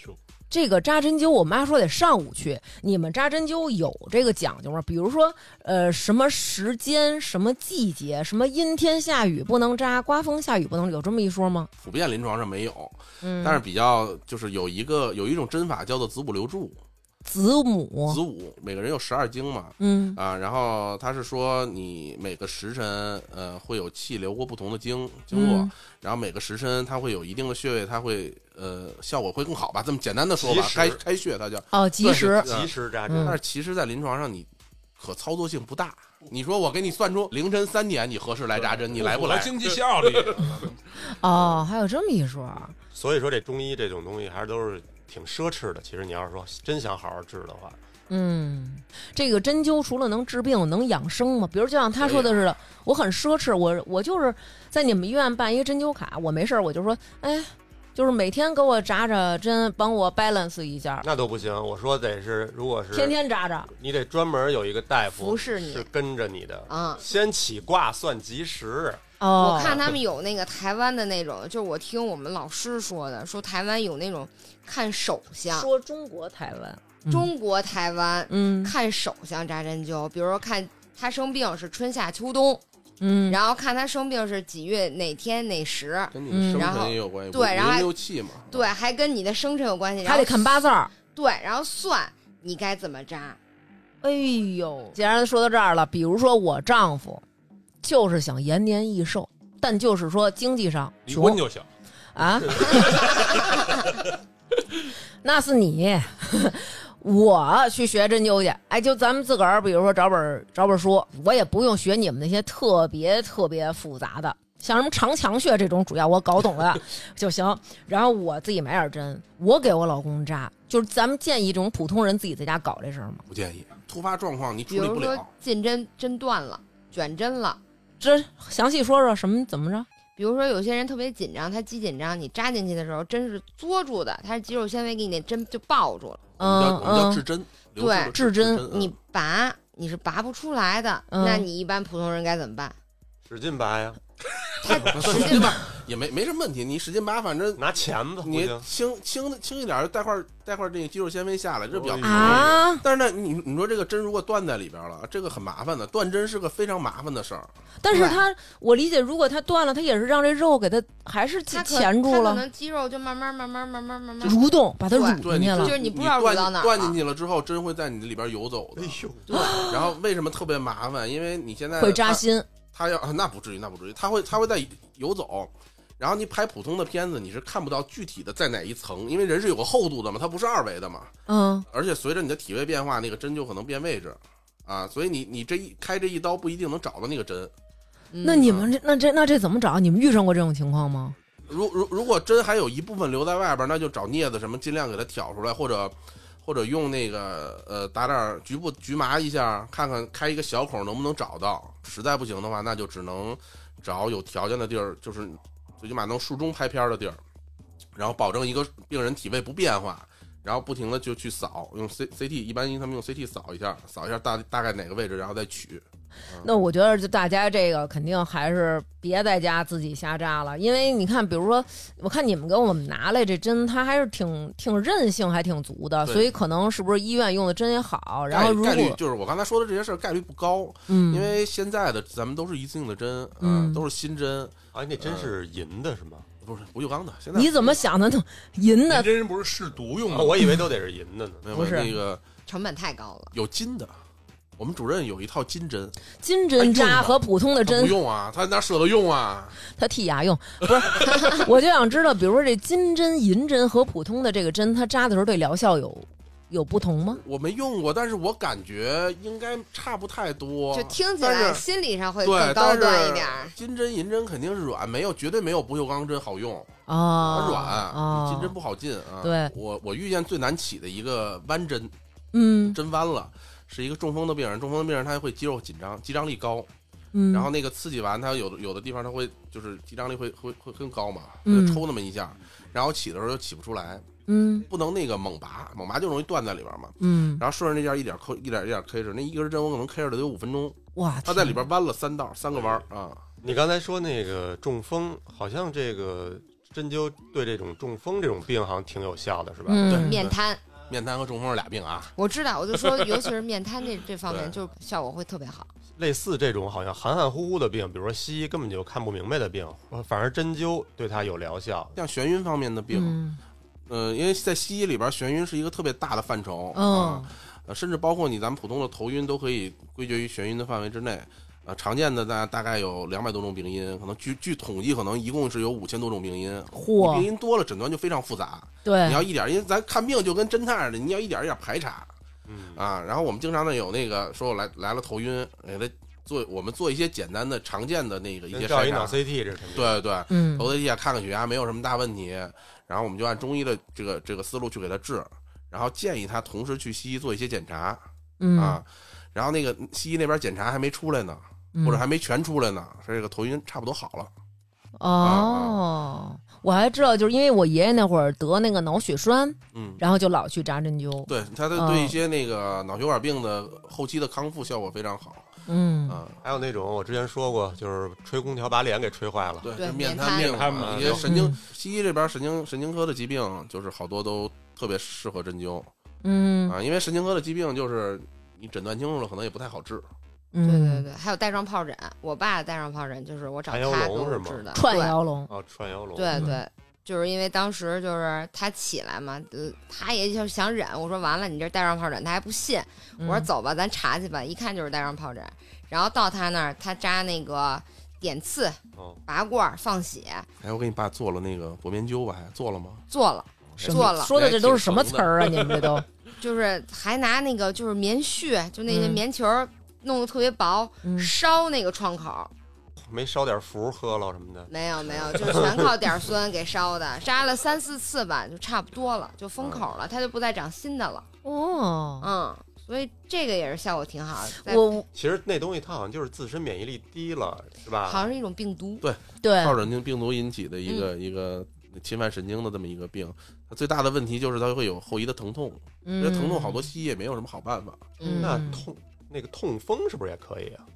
这个扎针灸，我妈说得上午去。你们扎针灸有这个讲究吗？比如说，什么时间、什么季节、什么阴天下雨不能扎，刮风下雨不能，有这么一说吗？ 普遍临床上没有，但是比较就是有一种针法叫做子午流注。 子午每个人有12经嘛，然后他是说你每个时辰会有气流过不同的经络，然后每个时辰它会有一定的穴位，它会效果会更好吧，这么简单的说吧，开穴它叫及时扎针， 但是其实在临床上你可操作性不大。你说我给你算出凌晨3点你合适来扎针，你来不来？ 经济效益还有这么一说。 所以说这中医这种东西还是都是挺奢侈的，其实你要是说真想好好治的话， 这个针灸除了能治病，能养生吗？比如就像他说的似的，我很奢侈，我就是在你们医院办一个针灸卡，我没事我就说，哎，就是每天给我扎扎针，帮我 balance 一下， 那都不行。我说得是，如果是天天扎扎， 你得专门有一个大夫服侍你， 是跟着你的先起卦算吉时。 我看他们有那个台湾的那种，就是我听我们老师说的，说台湾有那种看手相， 说中国台湾， 看手相扎针灸，比如说看他生病是春夏秋冬，然后看他生病是几月哪天哪时， 跟你的生辰也有关系， 对，然后六气嘛， 对，还跟你的生辰有关系， 还得看八字儿， 对，然后算你该怎么扎。 哎呦，既然说到这儿了，比如说我丈夫就是想延年益寿，但就是说经济上离婚就行啊，那是你。我去学针灸去，哎，就咱们自个儿，比如说找本书，我也不用学你们那些特别特别复杂的，像什么长强穴这种，主要我搞懂了就行。然后我自己买点针，我给我老公扎。就是咱们建议这种普通人自己在家搞这事儿吗？ 不建议，突发状况你处理不了。 比如说进针断了，卷针了， 这详细说说什么怎么着？ 比如说有些人特别紧张，他肌紧张，你扎进去的时候针是嘬住的，它是肌肉纤维给你那针就抱住了。 我们叫治针， 对， 治针， 你拔你是拔不出来的，那你一般普通人该怎么办？ 使劲拔呀， 使劲拔也没什么问题，你使劲拔，反正拿钳子， 你轻一点，带块这个肌肉纤维下来，这比较啊。但是呢，你说这个针如果断在里边了，这个很麻烦的，断针是个非常麻烦的事儿。 但是我理解，如果它断了，它也是让这肉给它还是钳住了， 它可能肌肉就慢慢蠕动，把它蠕进去了。 就是你不知道蠕到哪儿， 断进去了之后，针会在你里边游走的。 哎呦， 对。 然后为什么特别麻烦？因为你现在会扎心。 它要那不至于，它会在游走。然后你拍普通的片子，你是看不到具体的在哪一层，因为人是有个厚度的嘛，它不是2维的嘛。而且随着你的体位变化，那个针就可能变位置啊，所以你开这一刀不一定能找到那个针。 那你们这怎么找？你们遇上过这种情况吗？ 如果针还有一部分留在外边，那就找镊子什么，尽量给它挑出来，或者用那个打点局部局麻一下，看看开一个小孔能不能找到。实在不行的话，那就只能找有条件的地儿，就是最起码能术中拍片的地儿，然后保证一个病人体位不变化，然后不停的就去扫，用 CT， 一般他们用 CT 扫一下大概哪个位置，然后再取。 那我觉得就大家这个肯定还是别在家自己瞎扎了，因为你看，比如说我看你们给我们拿来这针，它还是挺韧性还挺足的，所以可能是不是医院用的针也好，然后如果概率就是我刚才说的这些事儿概率不高，因为现在的咱们都是一次性的针，都是新针。 啊，那针是银的是吗？ 不是不锈钢的。现在你怎么想的呢？银的针不是试毒用的， 我以为都得是银的呢。 不是那个成本太高了， 有金的。我们主任有一套金针扎和普通的针不用啊，他哪舍得用啊？ 他剔牙用，不是？我就想知道，比如说这金针、银针和普通的这个针，它扎的时候对疗效有不同吗？ 我没用过，但是我感觉应该差不太多。 就听起来心理上会更高端一点。 金针、银针肯定是软，绝对没有不锈钢针好用啊， 软，金针不好进啊。 对， 我遇见最难起的一个弯针，针弯了。是一个中风的病人，他会肌肉紧张，肌张力高，然后那个刺激完，他有的地方他会就是肌张力会更高嘛，抽那么一下，然后起的时候就起不出来，不能那个猛拔就容易断在里边嘛，然后顺着那件一点 K 着，那一根针我可能 K 着得有5分钟， 哇， 他在里边弯了3个弯啊。 你刚才说那个中风，好像这个针灸对这种中风这种病好像挺有效的，是吧？ 对，面瘫和中风是俩病啊。 我知道，我就说，尤其是面瘫这方面，就效果会特别好。 类似这种好像含含糊糊的病，比如说西医根本就看不明白的病，反而针灸对它有疗效。 像眩晕方面的病，因为在西医里边，眩晕是一个特别大的范畴甚至包括咱们普通的头晕都可以归结于眩晕的范围之内。常见的大概有200多种病因，可能据统计，可能一共是有5000多种病因。病因多了，诊断就非常复杂。 对， 你要一点，因为咱看病就跟侦探似的，你要一点一点排查。然后我们经常呢有那个说我来了头晕，给他我们做一些简单的常见的那个一些筛查， 脑 CT 这是对，头 CT 看看血压没有什么大问题，然后我们就按中医的这个思路去给他治，然后建议他同时去西医做一些检查，然后那个西医那边检查还没出来呢，或者还没全出来呢，这个头晕差不多好了。 我还知道，就是因为我爷爷那会儿得那个脑血栓，然后就老去扎针灸。 对，他对一些那个脑血管病的后期的康复效果非常好。 还有那种我之前说过，就是吹空调把脸给吹坏了。 对，面瘫病，一些神经西医这边神经科的疾病，就是好多都特别适合针灸。因为神经科的疾病就是你诊断清楚了，可能也不太好治。 对，还有带状疱疹，我爸的带状疱疹就是我找他都治的。 串腰龙串腰龙。 对，就是因为当时就是他起来嘛，他也就想忍，我说完了，你这带状疱疹，他还不信，我说走吧，咱查去吧，一看就是带状疱疹。然后到他那儿，他扎那个点刺、拔罐、放血。 我给你爸做了那个薄棉灸吧，还做了吗？ 做了。 说的这都是什么词儿啊？你们这都就是还拿那个就是棉絮，就那些棉球弄得特别薄，烧那个创口。 没烧点符喝了什么的？ 没有，就是全靠点酸给烧的，扎了3-4次吧，就差不多了，就封口了，它就不再长新的了。所以这个也是效果挺好的。 其实那东西它好像就是自身免疫力低了，是吧？ 好像是一种病毒。 对，疱疹病毒引起的一个侵犯神经的这么一个病。它最大的问题就是它会有后遗的疼痛，这疼痛好多西医也没有什么好办法。 那个痛风是不是也可以啊？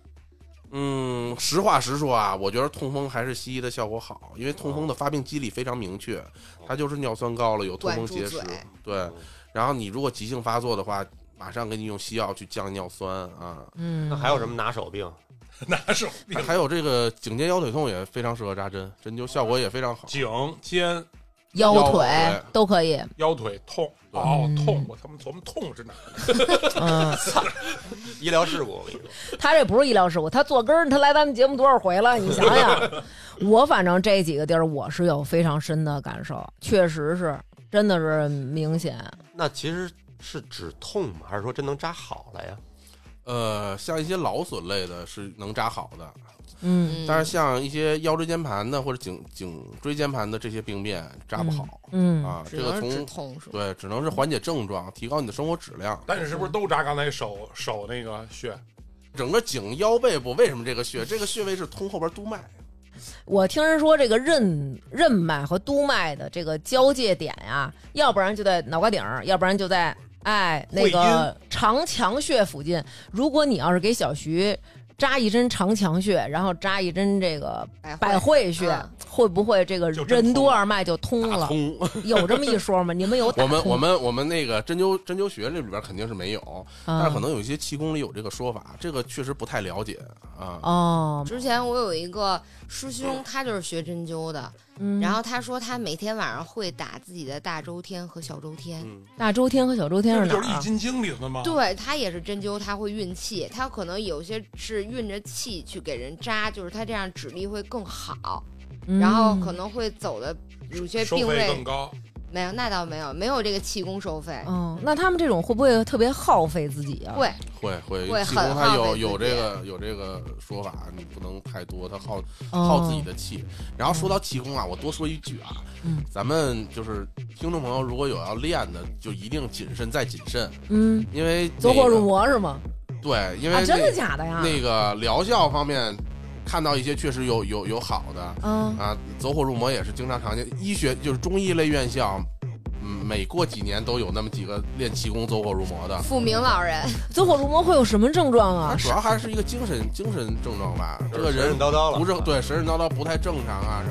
实话实说啊，我觉得痛风还是西医的效果好，因为痛风的发病机理非常明确，它就是尿酸高了，有痛风结石。对，然后你如果急性发作的话，马上给你用西药去降尿酸啊。 那还有什么拿手病？ 拿手病还有这个颈肩腰腿痛也非常适合扎针灸，效果也非常好。 颈肩腰腿都可以。 腰腿痛痛，我他妈琢磨痛是哪儿？ 医疗事故，我跟你说， 他这不是医疗事故，他坐根儿，他来咱们节目多少回了？你想想，我反正这几个地儿我是有非常深的感受，确实是，真的是明显。 那其实是止痛吗？还是说真能扎好了呀？ 像一些劳损类的是能扎好的，但是像一些腰椎间盘的或者颈椎间盘的这些病变扎不好，这个对，只能是缓解症状，提高你的生活质量。 但是不是都扎刚才手那个穴？ 整个颈腰背部为什么这个穴位是通后边督脉？ 我听人说这个任脉和督脉的这个交界点呀，要不然就在脑瓜顶，要不然就在那个长强穴附近。如果你要是给小徐扎一针长强穴，然后扎一针这个百会穴，会不会这个任督二脉就通了？有这么一说吗？你们有打通？ 我们那个针灸学这里边肯定是没有，但是可能有一些气功里有这个说法，这个确实不太了解啊。 之前我有一个师兄，他就是学针灸的。然后他说他每天晚上会打自己的大周天和小周天。 大周天和小周天是哪儿？ 就是易筋经里头的吗？ 对，他也是针灸，他会运气，他可能有些是运着气去给人扎，就是他这样指力会更好，然后可能会走的有些病位更高。 没有，那倒没有这个气功收费。 那他们这种会不会特别耗费自己啊？ 会， 气功它有这个说法，你不能太多，它耗自己的气。然后说到气功啊，我多说一句啊，咱们就是听众朋友如果有要练的，就一定谨慎再谨慎。因为走火入魔是吗？ 对，因为真的假的呀？ 那个疗效方面。看到一些确实有好的，走火入魔也是经常常见。医学就是中医类院校，每过几年都有那么几个练气功走火入魔的。 富明老人走火入魔会有什么症状啊？ 主要还是一个精神症状吧。这个人神神叨叨了， 不是对神神叨叨不太正常啊什么的。 就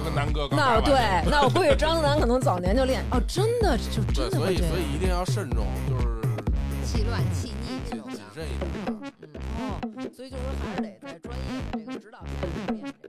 跟南哥那对，那我估计张楠可能早年就练哦，真的就真的所以一定要慎重，就是气乱气逆这种谨慎一点。 所以就是说还是得在专业的这个指导下练这个。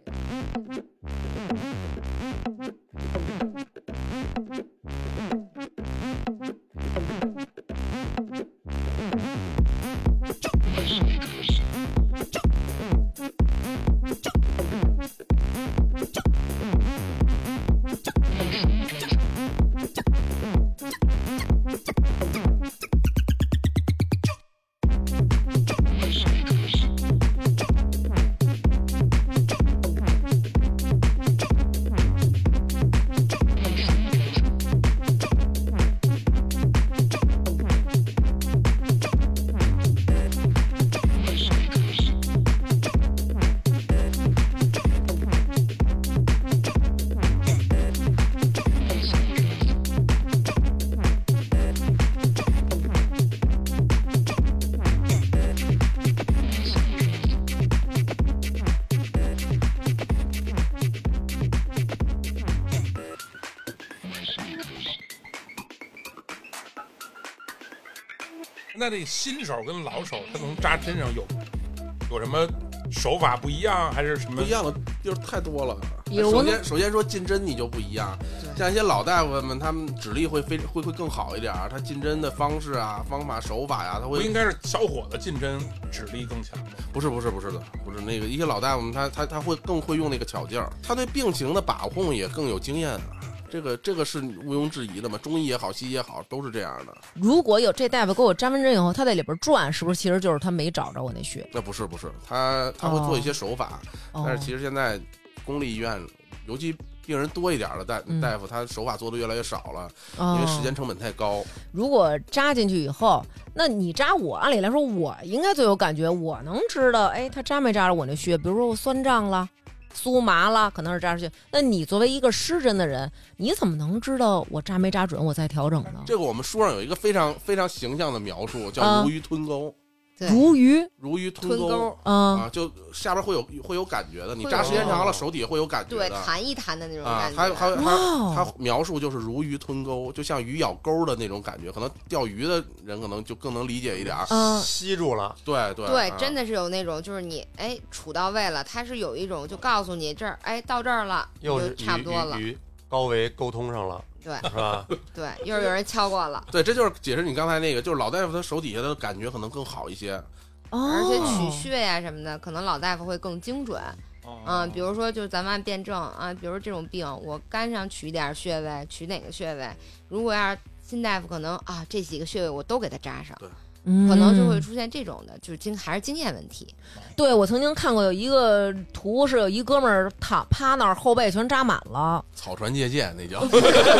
那这新手跟老手他能扎针上有什么手法不一样，还是什么不一样的地儿太多了？ 比如首先说进针你就不一样，像一些老大夫们，他们指力会更好一点，他进针的方式啊、方法手法呀，他会不应该是小伙子进针指力更强吗？ 不是的，不是那个一些老大夫们他会更会用那个巧劲儿，他对病情的把控也更有经验啊。这个是毋庸置疑的嘛，中医也好，西医也好，都是这样的。 如果有这大夫给我扎完针以后，他在里边转，是不是其实就是他没找着我那穴？ 那不是，他会做一些手法，但是其实现在公立医院，尤其病人多一点的大夫，他手法做的越来越少了，因为时间成本太高。 如果扎进去以后，那你扎我，按理来说我应该最有感觉，我能知道，哎，他扎没扎着我那穴？比如说我酸胀了。酥麻了，可能是扎出去。那你作为一个施针的人，你怎么能知道我扎没扎准，我再调整呢？ 这个我们书上有一个非常非常形象的描述，叫如鱼吞钩。 如鱼吞钩啊， 就下边会有感觉的。你扎时间长了，手底下会有感觉的， 对，弹一弹的那种感觉。 他描述就是如鱼吞钩，就像鱼咬钩的那种感觉。可能钓鱼的人可能就更能理解一点， 吸住了。 对， 真的是有那种，就是你杵到位了，它是有一种就告诉你这儿到这儿了，就差不多了。 与高维沟通上了。 对， 是吧？ 对，又是有人敲过了。 对，这就是解释你刚才那个，就是老大夫他手底下的感觉可能更好一些， 而且取穴呀什么的，可能老大夫会更精准。比如说就是咱们按辩证啊，比如这种病，我肝上取一点穴位，取哪个穴位？如果要是新大夫，可能这几个穴位我都给他扎上。对。可能就会出现这种的，就是还是经验问题。 对，我曾经看过有一个图，是有一哥们儿趴那儿，后背全扎满了， 草船借箭那叫。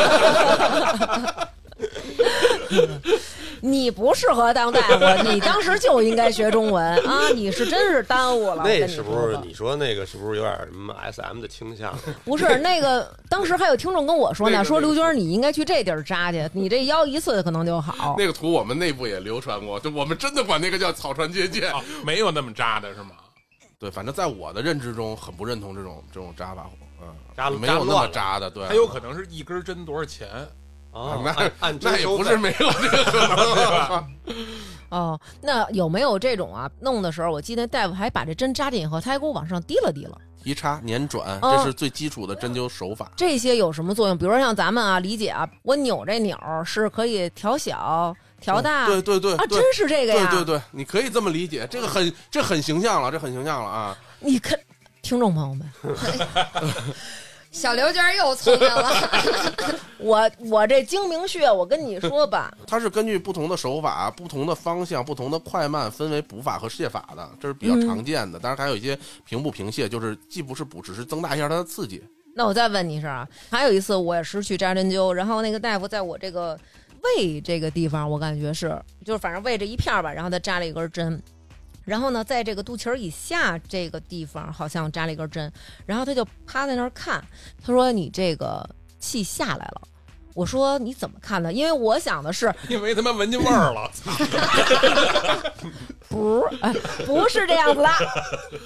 你不适合当大夫，你当时就应该学中文啊！你是真是耽误了。 那是不是你说那个是不是有点什么 SM 的倾向？ 不是那个，当时还有听众跟我说呢，说刘娟你应该去这地儿扎去，你这腰一次可能就好。 那个图我们内部也流传过，就我们真的管那个叫草船借箭， 没有那么扎的是吗？ 对，反正在我的认知中很不认同这种扎法， 没有那么扎的，对， 它有可能是一根针多少钱。 那也不是没有这个可能，对吧？ 那有没有这种弄的时候，我记得大夫还把这针扎进以后，他还给我往上提了提插捻转，这是最基础的针灸手法。 这些有什么作用？比如说像咱们理解我扭这钮是可以调小调大， 对真是这个呀， 对，你可以这么理解，这很形象了，这很形象了啊！ 你看，听众朋友们。 小刘娟又聪明了， 我这睛明穴，我跟你说吧， 它是根据不同的手法、不同的方向、不同的快慢，分为补法和泻法的，这是比较常见的。当然还有一些平不平泻，就是既不是补，只是增大一下它的刺激。 那我再问你一声还有一次我也是去扎针灸，然后那个大夫在我这个胃这个地方，我感觉就是反正胃这一片吧，然后他扎了一根针。然后呢，在这个肚脐以下这个地方好像扎了一根针，然后他就趴在那儿看，他说你这个气下来了。我说你怎么看的？因为我想的是， 因为他妈闻见味儿了。 不是这样子的。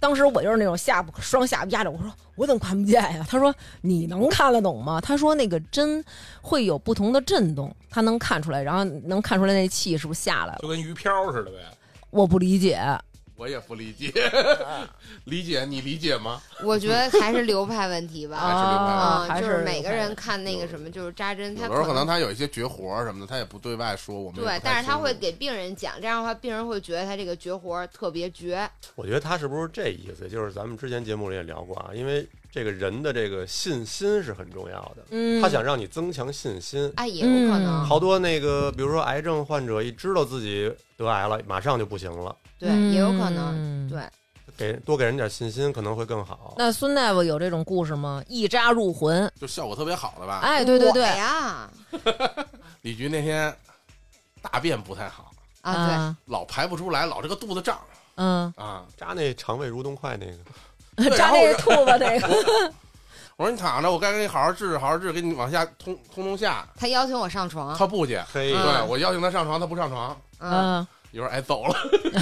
当时我就是那种双下巴压着，我说我怎么看不见呀？他说你能看得懂吗？他说那个针会有不同的震动，他能看出来，然后能看出来那气是不是下来了， 就跟鱼漂似的呗。 我不理解。 我也不理解，理解你理解吗？ 我觉得还是流派问题吧， 还是流派问题，就是每个人看那个什么，就是扎针，他可能他有一些绝活什么的，他也不对外说。我们对，但是他会给病人讲，这样的话，病人会觉得他这个绝活特别绝。 我觉得他是不是这意思？就是咱们之前节目里也聊过啊，因为这个人的这个信心是很重要的，他想让你增强信心。 哎，也有可能。 好多那个，比如说癌症患者一知道自己得癌了，马上就不行了。 对，也有可能。对， 多给人点信心可能会更好。 那孙大夫有这种故事吗？一扎入魂， 就效果特别好的吧？ 哎，对对对呀。 李局那天大便不太好啊， 对，老排不出来，老这个肚子胀。 扎那肠胃蠕动快那个， 扎那个兔子那个。 我说你躺着，我该给你好好治，好好治，给你往下通下。 他邀请我上床， 他不去。对，我邀请他上床，他不上床。一会儿挨走了。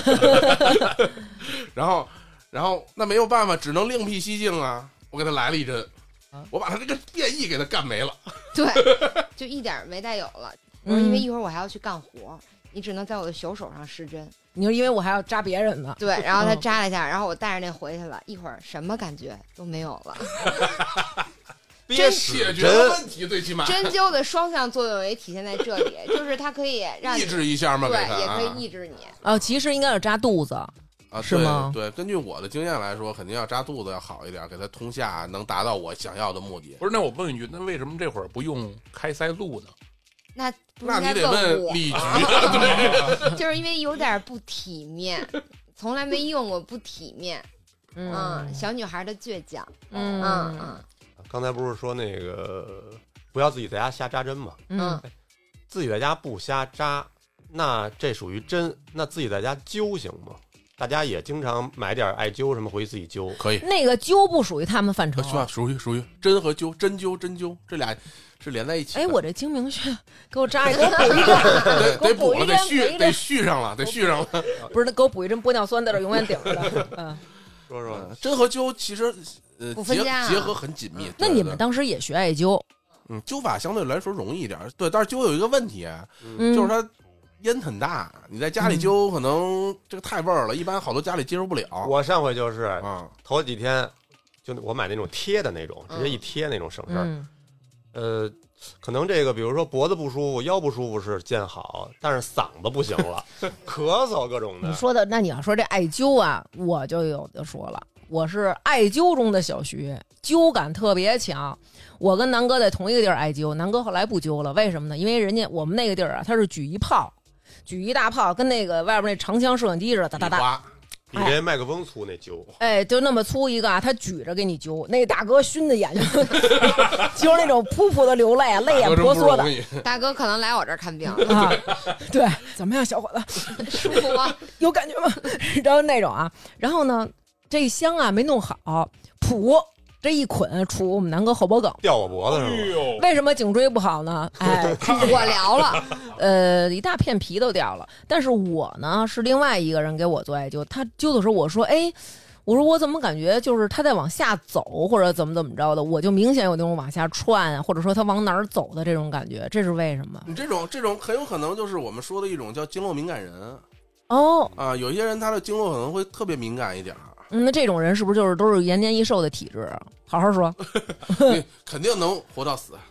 然后那没有办法，只能另辟蹊径啊！我给他来了一针，我把他这个变异给他干没了。 对，就一点没带有了。我说因为一会儿我还要去干活，你只能在我的小手上施针。 你说因为我还要扎别人呢。 对，然后他扎了一下，然后我带着那回去了，一会儿什么感觉都没有了。 解决了问题，最起码针灸的双向作用也体现在这里，就是它可以让你抑制一下嘛， 对，也可以抑制你。 其实应该是扎肚子啊， 是吗？ 对，根据我的经验来说，肯定要扎肚子要好一点，给它通下，能达到我想要的目的。 不是，那我问一句，那为什么这会儿不用开塞露呢？ 那你得问李局， 就是因为有点不体面，从来没用过，不体面。小女孩的倔强。 刚才不是说那个不要自己在家瞎扎针吗？自己在家不瞎扎，那这属于针。那自己在家灸行吗？大家也经常买点艾灸什么回去自己灸， 可以。 那个灸不属于他们范畴， 属于针和灸，针灸这俩是连在一起的。 哎，我这睛明穴给我扎一针，补一针， 得补了，得续上了，得续上了。 不是，那给我补一针玻尿酸在这永远顶着的。 说针和灸其实结合很紧密。 那你们当时也学艾灸？ 灸法相对来说容易一点，对，但是灸有一个问题，就是它烟很大，你在家里灸可能这个太味儿了，一般好多家里接受不了。 我上回就是头几天就我买那种贴的那种，直接一贴那种省事儿。可能这个比如说脖子不舒服、腰不舒服是见好，但是嗓子不行了，咳嗽各种的。 你说的那你要说这艾灸啊，我就有的说了，我是艾灸中的小徐，灸感特别强。我跟南哥在同一个地儿艾灸，南哥后来不灸了，为什么呢？因为人家我们那个地儿啊，他是举一大炮，跟那个外边那长枪摄影机似的，哒哒哒。 比这麦克风粗那灸， 就那么粗一个啊，他举着给你灸，那大哥熏的眼睛，就是那种噗噗的流泪，泪眼婆娑的。 大哥可能来我这儿看病啊，对，怎么样，小伙子， 舒服吗？ 有感觉吗？然后那种啊，然后呢，这香啊没弄好，噗。这一捆杵我们南哥后脖梗， 掉我脖子是吗？ 为什么颈椎不好呢？哎， 我聊了， 一大片皮都掉了。但是我呢是另外一个人给我做艾灸，他灸的时候我说，我说我怎么感觉就是他在往下走或者怎么着的，我就明显有那种往下窜，或者说他往哪儿走的这种感觉，这是为什么？ 你这种很有可能就是我们说的一种叫经络敏感人。有些人他的经络可能会特别敏感一点。 那这种人是不是都是延年益寿的体质？好好说。 肯定能活到死。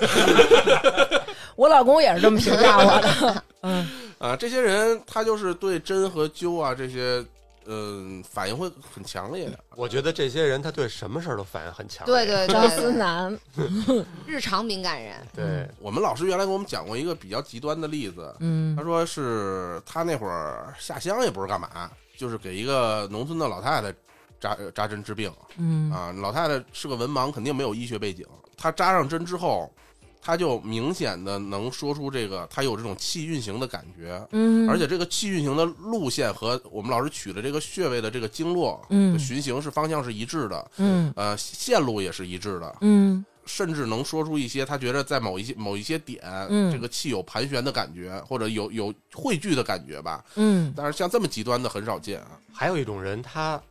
我老公也是这么评价我的。 这些人他就是对针和灸啊这些反应会很强烈的。 我觉得这些人他对什么事儿都反应很强烈。 对， 张思南日常敏感人。 对， 我们老师原来给我们讲过一个比较极端的例子。他说是他那会儿下乡也不是干嘛，就是给一个农村的老太太扎针治病。老太太是个文盲，肯定没有医学背景。她扎上针之后，她就明显的能说出这个，她有这种气运行的感觉。而且这个气运行的路线和我们老师取的这个穴位的这个经络的循行方向是一致的。线路也是一致的。甚至能说出一些他觉得在某一些点，这个气有盘旋的感觉，或者有汇聚的感觉吧。但是像这么极端的很少见啊。 还有一种人，他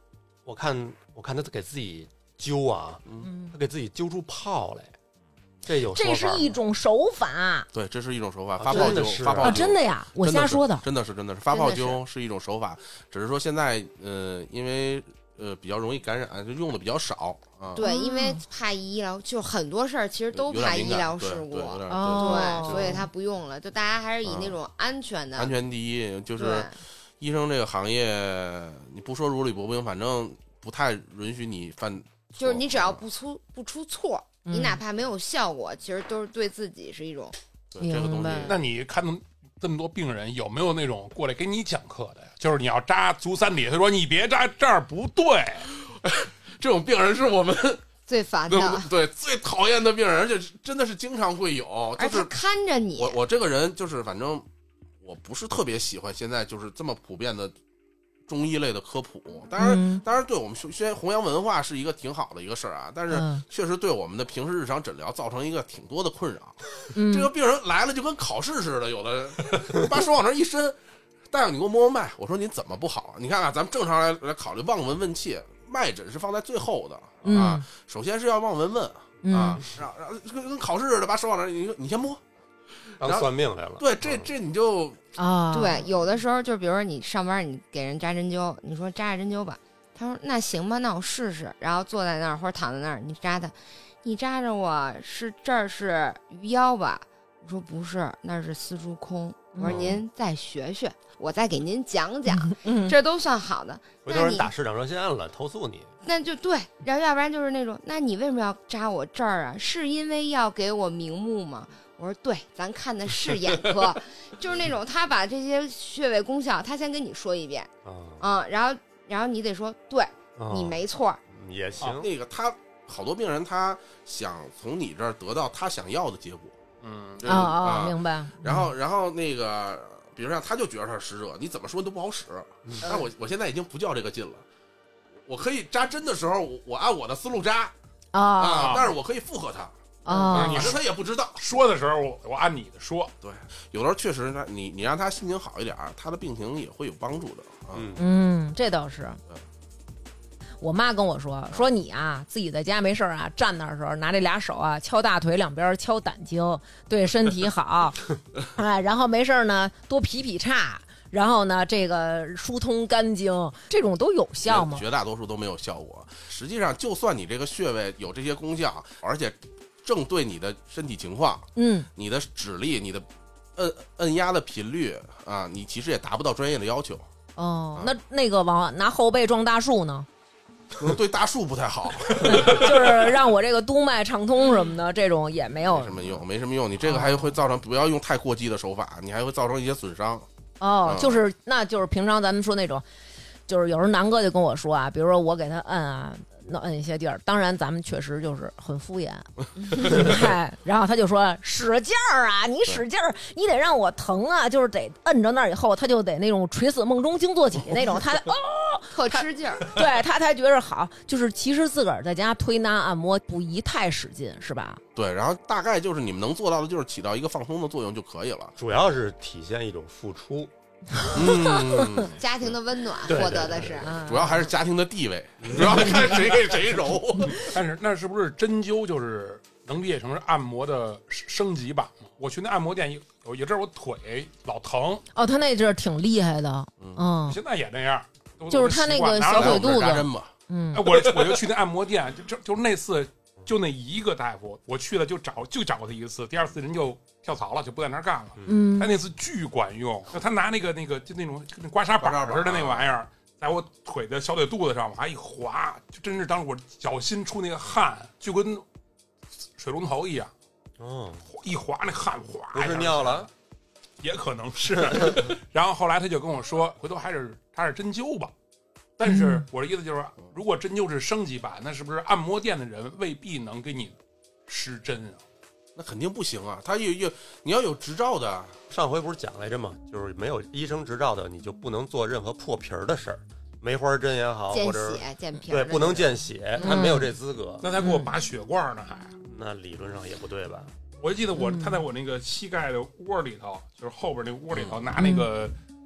我看他给自己揪啊，他给自己揪出泡来，这是一种手法。 对，这是一种手法，发泡灸，发泡灸真的呀，我瞎说的， 真的是发泡灸是一种手法，只是说现在因为比较容易感染，就用的比较少啊。 对，因为怕医疗，就很多事儿其实都怕医疗事故， 对， 所以他不用了，就大家还是以那种安全的， 安全第一，就是医生这个行业，你不说如履薄冰，反正不太允许你犯错， 就是你只要不出错。你哪怕没有效果，其实都是对自己是一种这个东西。 那你看这么多病人，有没有那种过来给你讲课的呀？就是你要扎足三里，他说你别扎这儿不对， 这种病人是我们最烦的， 对最讨厌的病人，而且真的是经常会有，就是他看着你。 我这个人就是反正我不是特别喜欢现在就是这么普遍的中医类的科普，当然对我们弘扬文化是一个挺好的一个事儿啊，但是确实对我们的平时日常诊疗造成一个挺多的困扰。这个病人来了就跟考试似的，有的把手往那一伸，大夫你给我摸摸脉，我说您怎么不好？你看看咱们正常来考虑望闻问切，脉诊是放在最后的啊，首先是要望闻问啊，跟考试似的，把手往那你先摸。 当算命来了， 对，这你就对，有的时候就比如说你上班，你给人扎针灸，你说扎针灸吧，他说那行吧，那我试试，然后坐在那儿或者躺在那儿，你扎他，你扎着我是这儿是鱼腰吧？我说不是，那是丝竹空。我说您再学学，我再给您讲讲，这都算好的。 回头人打市长热线了，投诉你。 那就对，然后要不然就是那种，那你为什么要扎我这儿啊？是因为要给我明目吗？我说对，咱看的是眼科，就是那种他把这些穴位功效，他先跟你说一遍，然后你得说对，你没错， 也行。 那个他好多病人他想从你这儿得到他想要的结果， 明白。 然后那个，比如像他就觉得他是湿热，你怎么说都不好使。但我现在已经不较这个劲了，我可以扎针的时候，我按我的思路扎但是我可以附和他。反正他也不知道， 说的时候我按你的说。 对，有的时候确实你让他心情好一点，他的病情也会有帮助的。 这倒是。我妈跟我说你啊，自己在家没事啊，站那儿的时候拿这俩手啊敲大腿两边，敲胆经，对身体好。然后没事呢多劈叉。然后呢，这个疏通肝经，这种都有效吗？ 绝大多数都没有效果。实际上，就算你这个穴位有这些功效，而且正对你的身体情况，你的指力，你的按压的频率啊，你其实也达不到专业的要求。 那个拿后背撞大树呢？ 可能对大树不太好， 就是让我这个督脉畅通什么的，这种也没有没什么用。你这个还会造成，不要用太过激的手法，你还会造成一些损伤。 就是平常咱们说那种，就是有时候南哥就跟我说啊，比如说我给他摁一些地儿，当然咱们确实就是很敷衍，然后他就说使劲儿啊，你使劲儿，你得让我疼啊，就是得摁着那儿以后，他就得那种垂死梦中惊坐起那种，他特吃劲儿， 对他才觉得好。就是其实自个儿在家推拿按摩不宜太使劲，是吧？ 对，然后大概就是你们能做到的，就是起到一个放松的作用就可以了。 主要是体现一种付出。 家庭的温暖获得的是， 主要还是家庭的地位，主要看谁给谁揉。 但是那是不是针灸就是能理解成是按摩的升级版吗？我去那按摩店有一阵我腿老疼， 他那阵挺厉害的， 现在也那样， 就是他那个小腿肚子， 我就去那按摩店，就那次就那一个大夫，我去了就找他一次，第二次人就跳槽了，就不在那儿干了。他那次巨管用，他拿那个就那种跟刮痧板似的那玩意儿，在我腿的小腿肚子上往下一划，就真是当时我脚心出那个汗，就跟水龙头一样。一划那汗哗， 不是尿了， 也可能是。然后后来他就跟我说，回头还是针灸吧。但是我的意思就是，如果针灸是升级版，那是不是按摩店的人未必能给你施针啊？ 那肯定不行啊！他你要有执照的。 上回不是讲来着吗？就是没有医生执照的，你就不能做任何破皮儿的事儿，梅花针也好，或者见皮， 对，不能见血，他没有这资格。 那他给我拔血罐呢，还那理论上也不对吧？ 我就记得他在我那个膝盖的窝里头，就是后边那窝里头拿那个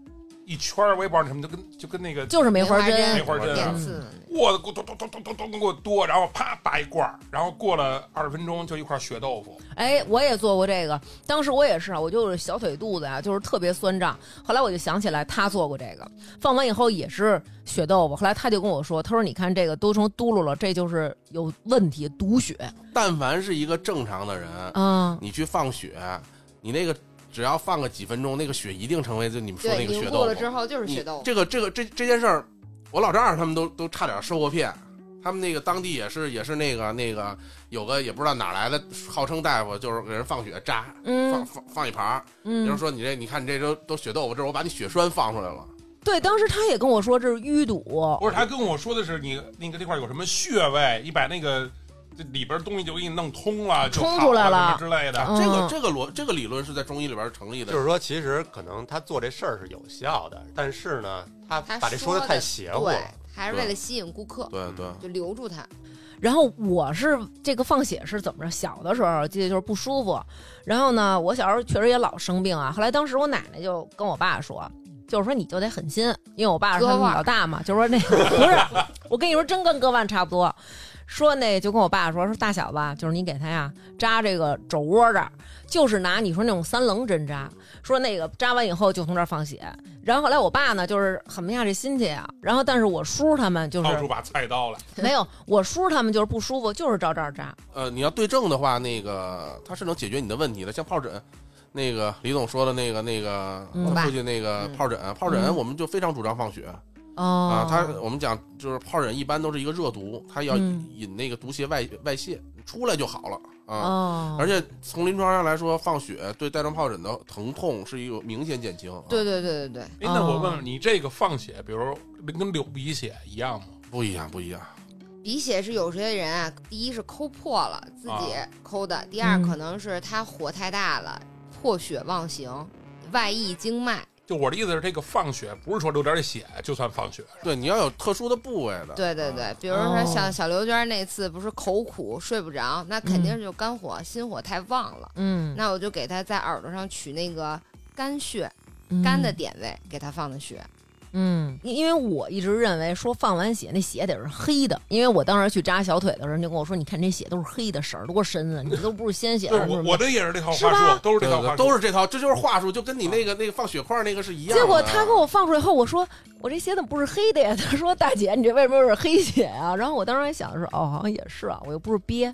一圈儿，我也不知道什么，就跟那个就是梅花针， 电刺， 哇，给我剁，然后啪打一罐儿，然后过了20分钟就一块血豆腐。 哎，我也做过这个，当时我也是，我就是小腿肚子啊，就是特别酸胀。后来我就想起来他做过这个，放完以后也是血豆腐。后来他就跟我说，他说你看这个都成嘟噜了，这就是有问题，毒血。 但凡是一个正常的人，你去放血，你那个。只要放个几分钟，那个血一定成为就你们说那个血豆腐。 过了之后就是血豆腐。 这件事儿，我老丈人他们都差点受过骗。他们那个当地也是那个有个也不知道哪来的号称大夫，就是给人放血扎，放一盘，就是说你看你这都血豆腐，这是我把你血栓放出来了。 对，当时他也跟我说这是淤堵。 不是，他跟我说的是你那个这块有什么穴位，你把那个。这里边东西就给你弄通了， 冲出来了之类的。 这个理论是在中医里边成立的。 就是说，其实可能他做这事儿是有效的，但是呢，他把这说的太邪乎了， 还是为了吸引顾客。 对， 就留住他。 然后我是这个放血是怎么着？小的时候记得就是不舒服，然后呢，我小时候确实也老生病啊。后来当时我奶奶就跟我爸说。就是说你就得狠心，因为我爸是他们老大嘛，就是说那个不是，我跟你说真跟割腕差不多。说那就跟我爸说大小子，就是你给他呀扎这个肘窝这儿，就是拿你说那种3棱针扎，说那个扎完以后就从这儿放血。然后后来我爸呢就是狠不下这心去啊，然后但是我叔他们就是掏出把菜刀来， 没有，我叔他们就是不舒服，就是照这儿扎。 你要对症的话，那个他是能解决你的问题的，像疱疹。那个李总说的那个他父亲那个疱疹，我们就非常主张放血。我们讲就是疱疹一般都是一个热毒，它要引那个毒液外泄出来就好了啊。而且从临床上来说，放血对带状疱疹的疼痛是一个明显减轻。 对。 那我问问你，这个放血，比如跟流鼻血一样吗？ 不一样。 鼻血是有些人啊，第一是抠破了自己抠的，第二可能是他火太大了。破血妄行，外溢经脉。 就我的意思是，这个放血不是说流点血就算放血， 对，你要有特殊的部位的。 对，比如说像小刘娟那次不是口苦睡不着，那肯定是就肝火、心火太旺了。那我就给他在耳朵上取那个肝穴，肝的点位给他放的血。 因为我一直认为说放完血那血得是黑的，因为我当时去扎小腿的时候，就跟我说，你看这血都是黑的，色儿多深啊，你都不是鲜血。 我这也是这套话术，都是这套话术， 都是这套，这就是话术，就跟你那个放血块那个是一样的。 结果他给我放出来以后，我说我这血怎么不是黑的呀？他说大姐，你这为什么是黑血啊？然后我当时还想的是，好像也是啊，我又不是鳖。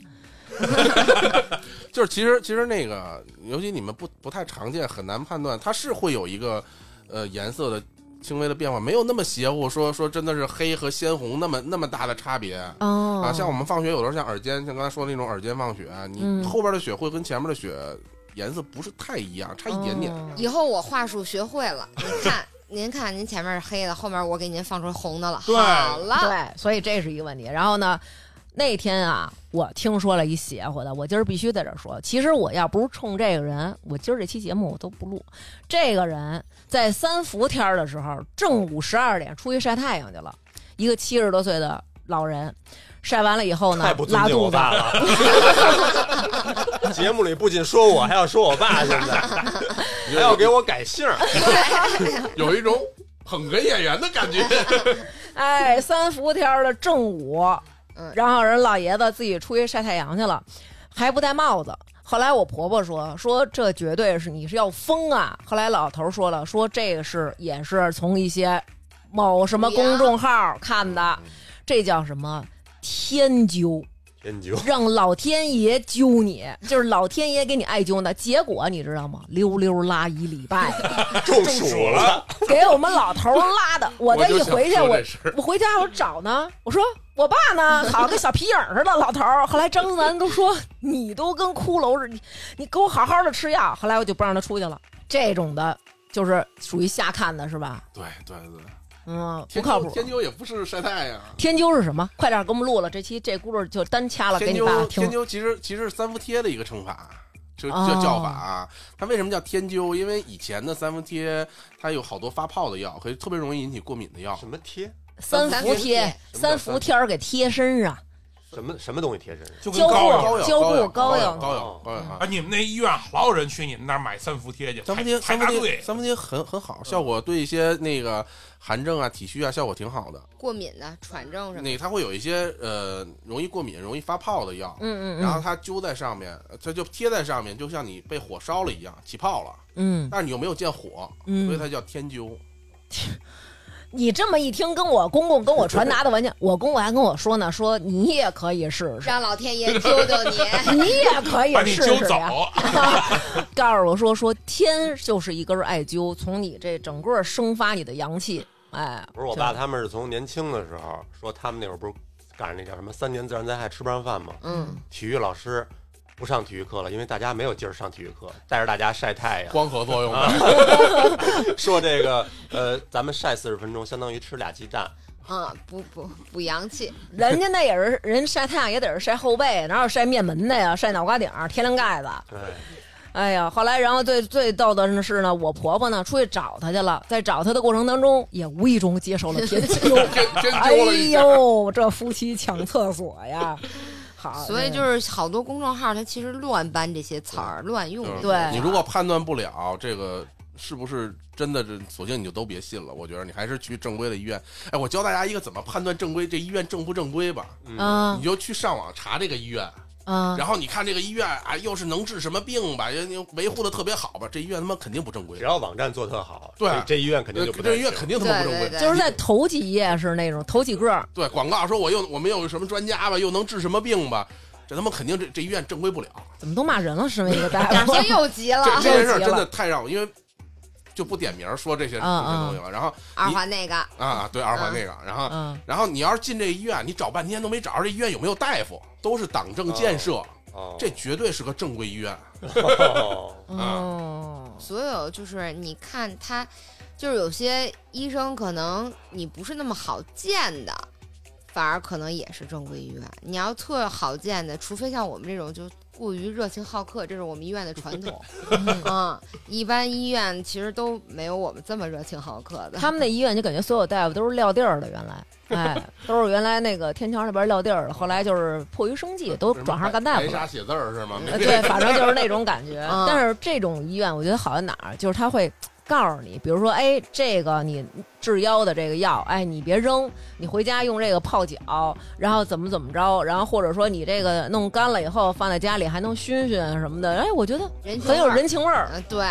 就是其实那个，尤其你们不太常见，很难判断，它是会有一个颜色的。轻微的变化，没有那么邪乎，说真的是黑和鲜红那么大的差别像我们放血有的时候像耳尖，像刚才说的那种耳尖放血，你后边的血会跟前面的血颜色不是太一样，差一点点。 以后我话术学会了，您看您前面是黑的，后面我给您放出红的了。好了， 对，所以这是一个问题。然后呢，那天啊，我听说了一邪乎的，我今儿必须在这说。其实我要不是冲这个人，我今儿这期节目我都不录。这个人在3伏天的时候，正午12点出去晒太阳去了，一个70多岁的老人，晒完了以后呢，拉肚子了。节目里不仅说我，还要说我爸，现在还要给我改姓， 有一种捧哏演员的感觉。 哎，3伏天的正午。然后人老爷子自己出去晒太阳去了，还不戴帽子。后来我婆婆说这绝对是你是要疯啊。后来老头说了，说这个也是从一些某什么公众号看的，这叫什么天灸，让老天爷灸你，就是老天爷给你艾灸的。结果你知道吗？溜溜拉1礼拜， 中暑了， 给我们老头拉的。我这一回去，我回家我找呢，我说我爸呢，好跟小皮影似的老头。后来张思楠都说你都跟骷髅似的，你给我好好的吃药。后来我就不让他出去了。这种的就是属于瞎看的是吧？ 对。 不靠谱。 天灸也不是晒太阳。 天灸是什么？快点给我们录了，这期这轱辘就单掐了给你爸听。 天灸其实是3伏贴的一个称法，就叫法啊。它为什么叫天灸？因为以前的3伏贴它有好多发泡的药，可以特别容易引起过敏的药。 什么贴？ 三伏贴给贴身上。 什么东西贴身上？ 就跟膏药啊！你们那医院老有人去你们那儿买三伏贴去， 三伏贴很好，效果对一些那个寒症啊、体虚啊，效果挺好的。 过敏的、喘症什么的， 那它会有一些容易过敏、容易发泡的药，然后它揪在上面，它就贴在上面，就像你被火烧了一样，起泡了，但是你又没有见火，所以它叫天灸。 你这么一听，跟我公公跟我传达的完全，我公公还跟我说呢，说你也可以试试， 让老天爷救救你， 你也可以试试呀。告诉我说天就是一根艾灸，从你这整个生发你的阳气。哎， 不是我爸他们是从年轻的时候说，他们那会儿不是赶上那叫什么3年自然灾害吃不上饭吗？体育老师不上体育课了，因为大家没有劲儿上体育课，带着大家晒太阳， 光合作用的。 说这个咱们晒40分钟，相当于吃2鸡蛋。 补阳气。 人家那也是人晒太阳也得是晒后背，哪有晒面门的呀？晒脑瓜顶、天灵盖子。 对。 哎呀，后来然后最逗的是呢，我婆婆呢出去找她去了，在找她的过程当中，也无意中接受了天灸。哎呦，这夫妻抢厕所呀！好， 所以就是好多公众号它其实乱搬这些词儿，乱用。 对， 你如果判断不了这个是不是真的，索性你就都别信了。我觉得你还是去正规的医院。哎，我教大家一个怎么判断正规，这医院正不正规吧。你就去上网查这个医院。然后你看这个医院啊，又是能治什么病吧，又维护的特别好吧，这医院他妈肯定不正规。 只要网站做特好， 对， 这医院肯定就不。 这医院肯定他妈不正规。 就是在头几页是那种头几个。 对，广告说我们有什么专家吧，又能治什么病吧，这他妈肯定这医院正规不了。 怎么都骂人了？身为一个大夫， 两天又急了。 这件事真的太让我，因为就不点名说这些东西了。然后二环那个对，二环那个。然后你要是进这医院，你找半天都没找着这医院有没有大夫，都是党政建设。这绝对是个正规医院。 所有就是你看他，就是有些医生可能你不是那么好见的，反而可能也是正规医院。你要特好见的，除非像我们这种就过于热情好客，这是我们医院的传统。一般医院其实都没有我们这么热情好客的。 他们那医院就感觉所有大夫都是撂地儿的，原来。哎，都是原来那个天桥那边撂地儿的，后来就是迫于生计都转行干大夫了。 白沙写字儿是吗？ 对，反正就是那种感觉。但是这种医院我觉得好在哪儿，就是他会告诉你，比如说，哎，这个你治腰的这个药，哎，你别扔，你回家用这个泡脚，然后怎么着，然后或者说你这个弄干了以后放在家里还能熏熏什么的，哎，我觉得很有人情味儿。 对。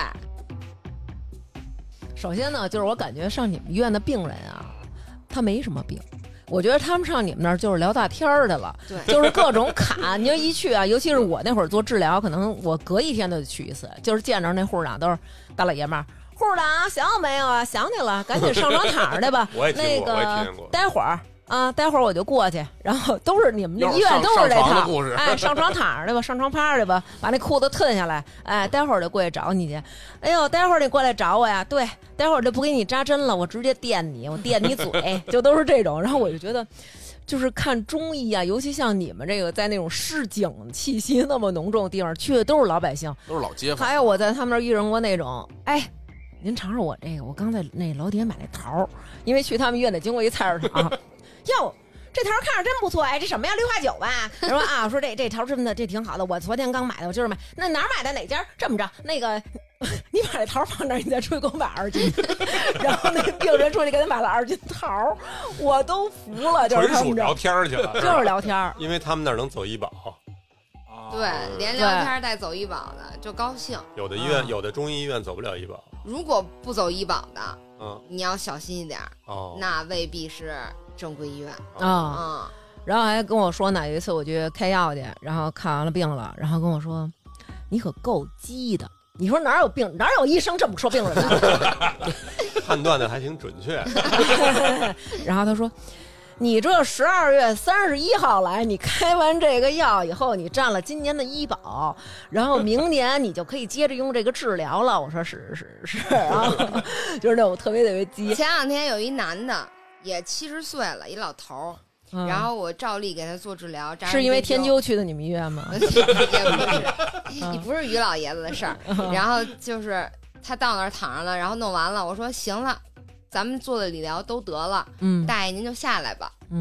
首先呢，就是我感觉上你们医院的病人啊，他没什么病。我觉得他们上你们那儿就是聊大天儿去了， 对， 就是各种侃。你就一去啊，尤其是我那会儿做治疗，可能我隔一天都得去一次，就是见着那护士长都是大老爷们儿。护士长想没有啊？想你了，赶紧上床躺着去吧。 我也听过， 那个待会儿我就过去，然后都是你们这医院都是这套。哎，上床躺着去吧，上床趴着去吧，把那裤子褪下来。哎，待会儿就过去找你去。哎呦，待会儿你过来找我呀？对，待会儿就不给你扎针了，我直接电你，我电你嘴，就都是这种。然后我就觉得，就是看中医啊，尤其像你们这个在那种市井气息那么浓重的地方去的都是老百姓， 都是老街坊。 还有我在他们那儿遇上过那种，哎。您尝尝我这个，我刚在那楼底下买那桃，因为去他们医院得经过一菜市场。哟，这桃看着真不错，哎，这什么呀？绿化酒吧？他说啊，说这桃真的这挺好的，我昨天刚买的，我今儿买。那哪儿买的？哪家？这么着，那个你把这桃放这儿，你再出去给我买2斤。然后那个病人出去给他买了2斤桃，我都服了，就是他们聊天去了， 就是聊天， 因为他们那儿能走医保。 对，连聊天带走医保的就高兴。 有的医院，有的中医医院走不了医保。 如果不走医保的，你要小心一点。那未必是正规医院然后还跟我说呢，有一次我去开药去，然后看完了病了，然后跟我说：“你可够鸡的！你说哪有医生这么说病人的？” 判断的还挺准确。 然后他说。你这12月31号来，你开完这个药以后，你占了今年的医保，然后明年你就可以接着用这个治疗了。我说是，然后就是那种特别急。 前2天有一男的也70岁了，一老头儿，然后我照例给他做治疗。 是因为天灸去的你们医院吗？ 也不是，不是于老爷子的事儿。然后就是他到那儿躺上了，然后弄完了，我说行了。咱们做的理疗都得了，大爷您就下来吧。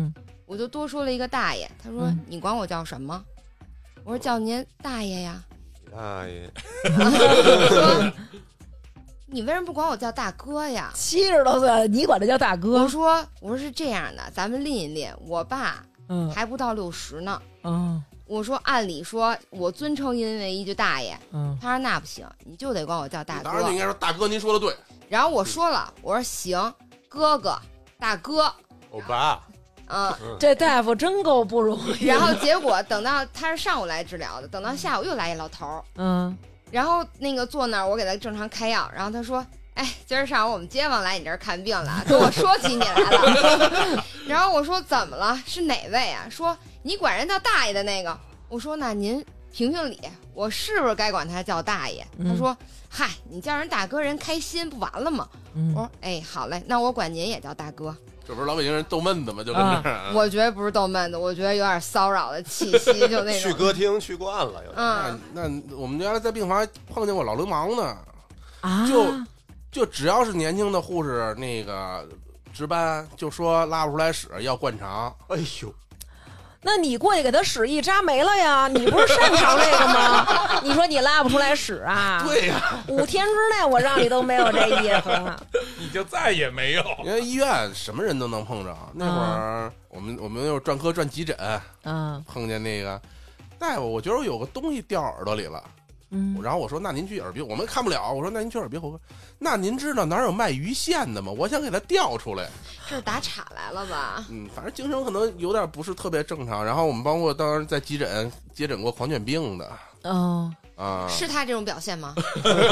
我就多说了一个大爷。他说：“你管我叫什么？”我说：“叫您大爷呀。” 大爷。 说：“你为什么不管我叫大哥呀 ？70多岁了，你管他叫大哥？” 我说是这样的，咱们练一练。我爸还不到60呢。我说按理说我尊称您为一句大爷。他说那不行，你就得管我叫大哥。 当然你应该说大哥，您说的对。 然后我说了，我说行，哥哥、大哥、 欧巴。 这大夫真够不容易。 然后结果等到他是上午来治疗的，等到下午又来一老头儿。然后那个坐那儿，我给他正常开药，然后他说：“哎，今儿上午我们街坊来你这儿看病了，跟我说起你来了。”然后我说：“怎么了？是哪位啊？”说：“你管人叫大爷的那个。”我说：“那您评评理，我是不是该管他叫大爷？”他说：“嗨，你叫人大哥，人开心不完了吗？”我说：“哎，好嘞，那我管您也叫大哥。” 这不是老北京人逗闷子吗？就跟这儿。 我觉得不是逗闷子，我觉得有点骚扰的气息，就那种。 去歌厅去惯了，有点。那我们原来在病房碰见过老流氓呢。就只要是年轻的护士那个值班，就说拉不出来屎要灌肠。 哎呦。 那你过去给他屎一扎没了呀？你不是擅长这个吗？你说你拉不出来屎啊？ 对呀 ，5天之内我让你都没有这意思， 你就再也没有。 因为医院什么人都能碰着。那会儿我们那会儿转科转急诊，碰见那个大夫，我觉得我有个东西掉耳朵里了。然后我说那您去耳鼻，我们看不了。我说那您去耳鼻喉科。那您知道哪有卖鱼线的吗？我想给它调出来。 这是打岔来了吧？ 反正精神可能有点不是特别正常。然后我们包括当时在急诊接诊过狂犬病的。 是他这种表现吗？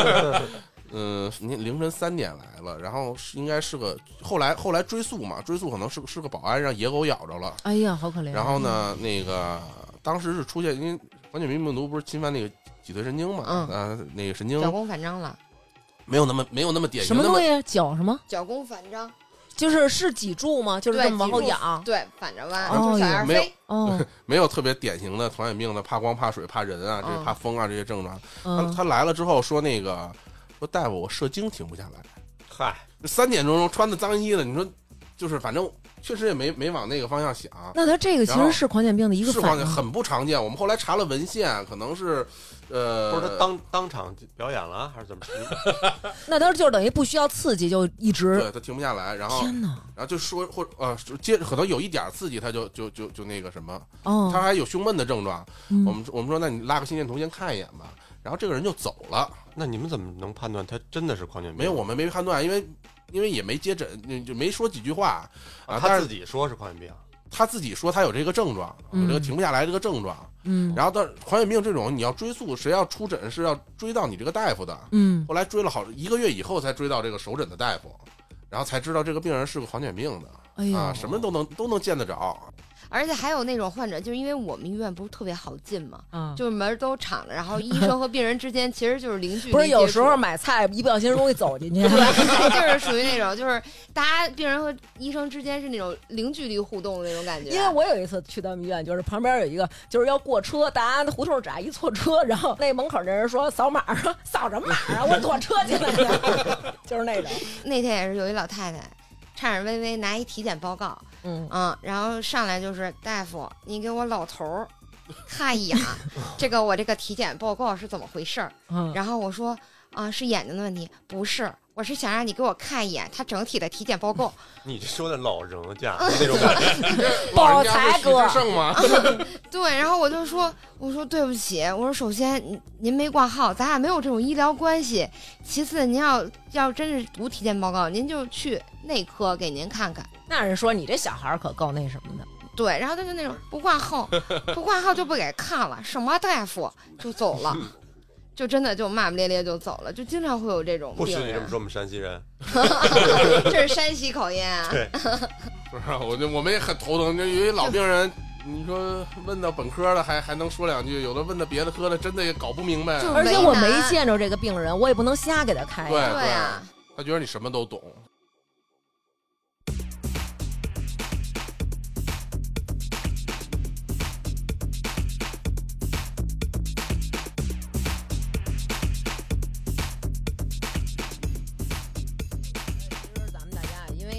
您凌晨3点来了，然后应该是个后来追溯嘛，追溯可能是个保安让野狗咬着了。 哎呀，好可怜。 然后呢，那个当时是出现，因为狂犬病病毒不是侵犯那个脊髓神经嘛，那个神经脚弓反张了， 没有那么典型。 什么东西？脚什么？ 脚弓反张， 就是脊柱吗？就是这么往后仰， 对，反着弯，就是小燕飞。 没有特别典型的狂犬病的怕光、怕水、怕人啊，这怕风啊这些症状。他来了之后说说大夫，我射精停不下来。 嗨 ，3点钟穿的脏衣的，你说就是反正确实也没往那个方向想。 那他这个其实是狂犬病的一个反应， 很不常见。我们后来查了文献，可能是不是他当场表演了还是怎么？ 那他就等于不需要刺激就一直对他停不下来，然后天哪， 然后就说接可能有一点刺激他就那个什么，他还有胸闷的症状。我们说那你拉个心电图先看一眼吧。然后这个人就走了。 那你们怎么能判断他真的是狂犬病？ 没有，我们没判断，因为也没接诊，就没说几句话啊。 他自己说是狂犬病， 他自己说他有这个症状，有这个停不下来这个症状。然后到狂犬病这种，你要追溯，谁要出诊是要追到你这个大夫的。后来追了1个月以后才追到这个首诊的大夫，然后才知道这个病人是个狂犬病的。什么都能见得着。 而且还有那种患者，就是因为我们医院不是特别好进嘛，就是门都敞着，然后医生和病人之间其实就是零距离。 不是有时候买菜一不小心容易走进去， 就是属于那种，就是大家病人和医生之间是那种零距离互动的那种感觉。 因为我有一次去他们医院，就是旁边有一个就是要过车，大家胡同窄一错车，然后那门口那人说扫码，说扫什么码啊，我躲车进来的，就是那种。 那天也是有一老太太。颤颤巍巍拿一体检报告，然后上来就是大夫，你给我老头看一眼，我这个体检报告是怎么回事儿？然后我说是眼睛的问题，不是，我是想让你给我看一眼他整体的体检报告。 你这说的老人家那种感觉， 宝财哥吗？ 对，然后我说对不起，我说首先您没挂号，咱俩没有这种医疗关系。其次，您要真是读体检报告，您就去内科给您看看。 那人说你这小孩可够那什么的。 对，然后他就那种不挂号就不给看了，什么大夫就走了。就真的就骂骂咧咧就走了，就经常会有这种病人。 不许你这么说，我们山西人。 这是山西口音啊。 对， 不是我们也很头疼，就有一老病人，你说问到本科的还能说2句，有的问到别的科的真的也搞不明白。 而且我没见着这个病人，我也不能瞎给他开。 对啊， 他觉得你什么都懂。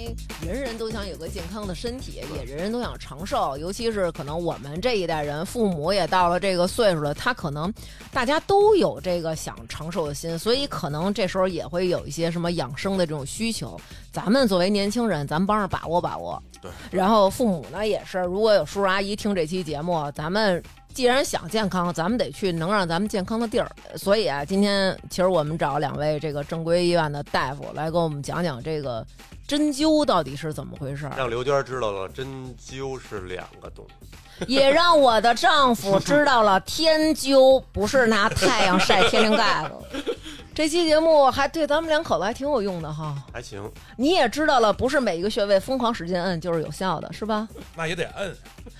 为人人都想有个健康的身体，也人人都想长寿，尤其是可能我们这一代人，父母也到了这个岁数了，他可能大家都有这个想长寿的心，所以可能这时候也会有一些什么养生的这种需求。咱们作为年轻人，咱们帮着把握把握。 对。 然后父母呢也是，如果有叔叔阿姨听这期节目，咱们既然想健康，咱们得去能让咱们健康的地儿。所以啊，今天其实我们找2位这个正规医院的大夫来跟我们讲讲这个针灸到底是怎么回事， 让刘娟知道了针灸是2个东西， 也让我的丈夫知道了天灸不是拿太阳晒天灵盖子。这期节目还对咱们2口子还挺有用的哈， 还行。 你也知道了，不是每一个穴位疯狂使劲摁就是有效的，是吧？ 那也得摁，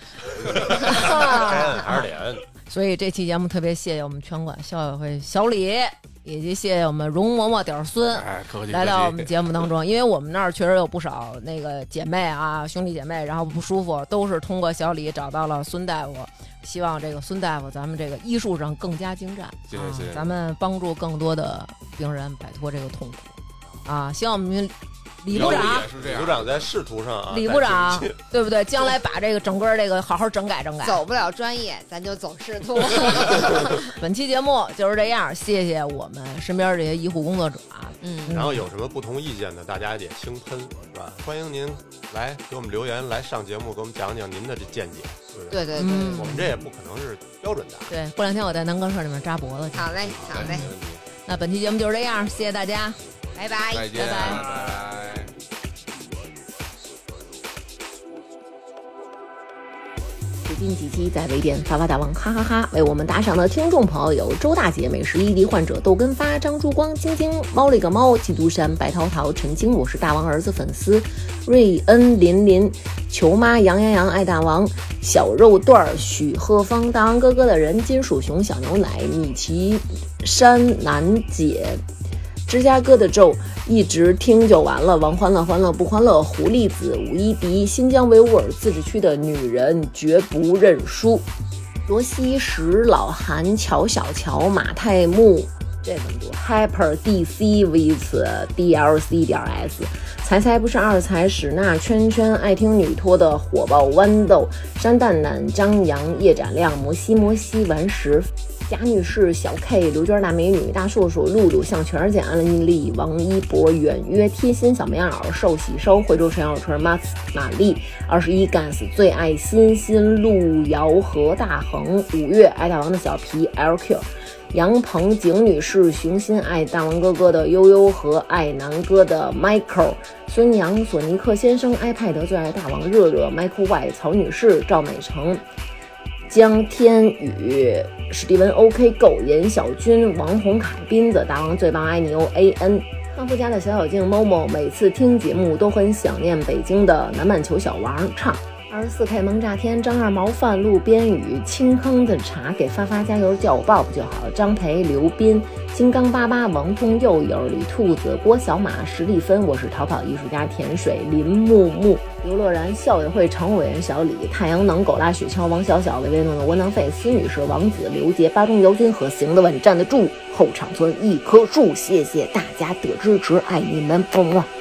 该摁还是得摁。 所以这期节目特别谢谢我们拳馆校友会小李，以及谢谢我们容嬷嬷点孙来到我们节目当中。因为我们那儿确实有不少那个姐妹啊兄弟姐妹，然后不舒服，都是通过小李找到了孙大夫。希望这个孙大夫咱们这个医术上更加精湛， 谢谢咱们帮助更多的病人摆脱这个痛苦啊！希望我们李部长， 李部长在仕途上啊， 李部长对不对？将来把这个整个这个好好整改整改。 走不了专业，咱就走仕途。 本期节目就是这样，谢谢我们身边这些医护工作者啊。 然后有什么不同意见的，大家也轻喷，是吧？欢迎您来给我们留言，来上节目给我们讲讲您的这见解。 对， 我们这也不可能是标准的。 对，过2天我在南岗社里面扎脖子去。 好嘞。 那本期节目就是这样，谢谢大家， 拜拜， 再见， 拜拜。 最近几期在微店发发大王哈哈哈为我们打赏的听众朋友有周大姐、美食ED患者、豆根发、张珠光、晶晶、猫了个猫、基督山、白涛涛、陈晶，我是大王儿子粉丝瑞恩、林林、球妈、杨洋洋、爱大王、小肉段、许鹤芳、大王哥哥的人、金属熊、小牛奶、米奇山、楠姐、芝加哥的咒，一直听就完了。王欢乐欢乐不欢乐，狐狸子、武一迪、新疆维吾尔自治区的女人绝不认输。罗西石、老韩、乔小乔、马太木，这么多。Hyper DC with DLC 点 S， 才不是二才，史娜、圈圈、爱听女托的火爆豌豆、山蛋蛋、张扬、叶展亮、摩西顽石、贾女士、小 K、刘娟大美女、大硕硕、露露、向全姐、安利丽、王一博、远约、贴心小棉袄、寿喜烧、惠州陈小春、玛丽、21 Gas、最爱欣、路遥、何大恒、5月、爱大王的小皮、LQ、杨鹏、景女士、熊心、爱大王哥哥的悠悠和爱南哥的 Michael、孙杨、索尼克先生、iPad 最爱大王热热、Michael Y、曹女士、赵美成、江天宇、史蒂文 OK Go、严小军、王红凯、斌子、大王最棒爱你哦 AN、康夫家的小静、某某，每次听节目都很想念北京的南半球小王唱。24K 萌炸天，张二毛饭路边雨，清坑的茶给发发加油，叫我抱抱就好。张培、刘斌、金刚88、王通佑友、李兔子、郭小马、石丽芬，我是逃跑艺术家甜水、林木木、刘乐然、校委会常务委员小李、太阳能、狗拉雪橇、王小小、唯唯诺诺、窝囊废、司女士、王子、刘杰、巴中姚军和行得稳站得住后场村一棵树，谢谢大家的支持，爱你们，么么。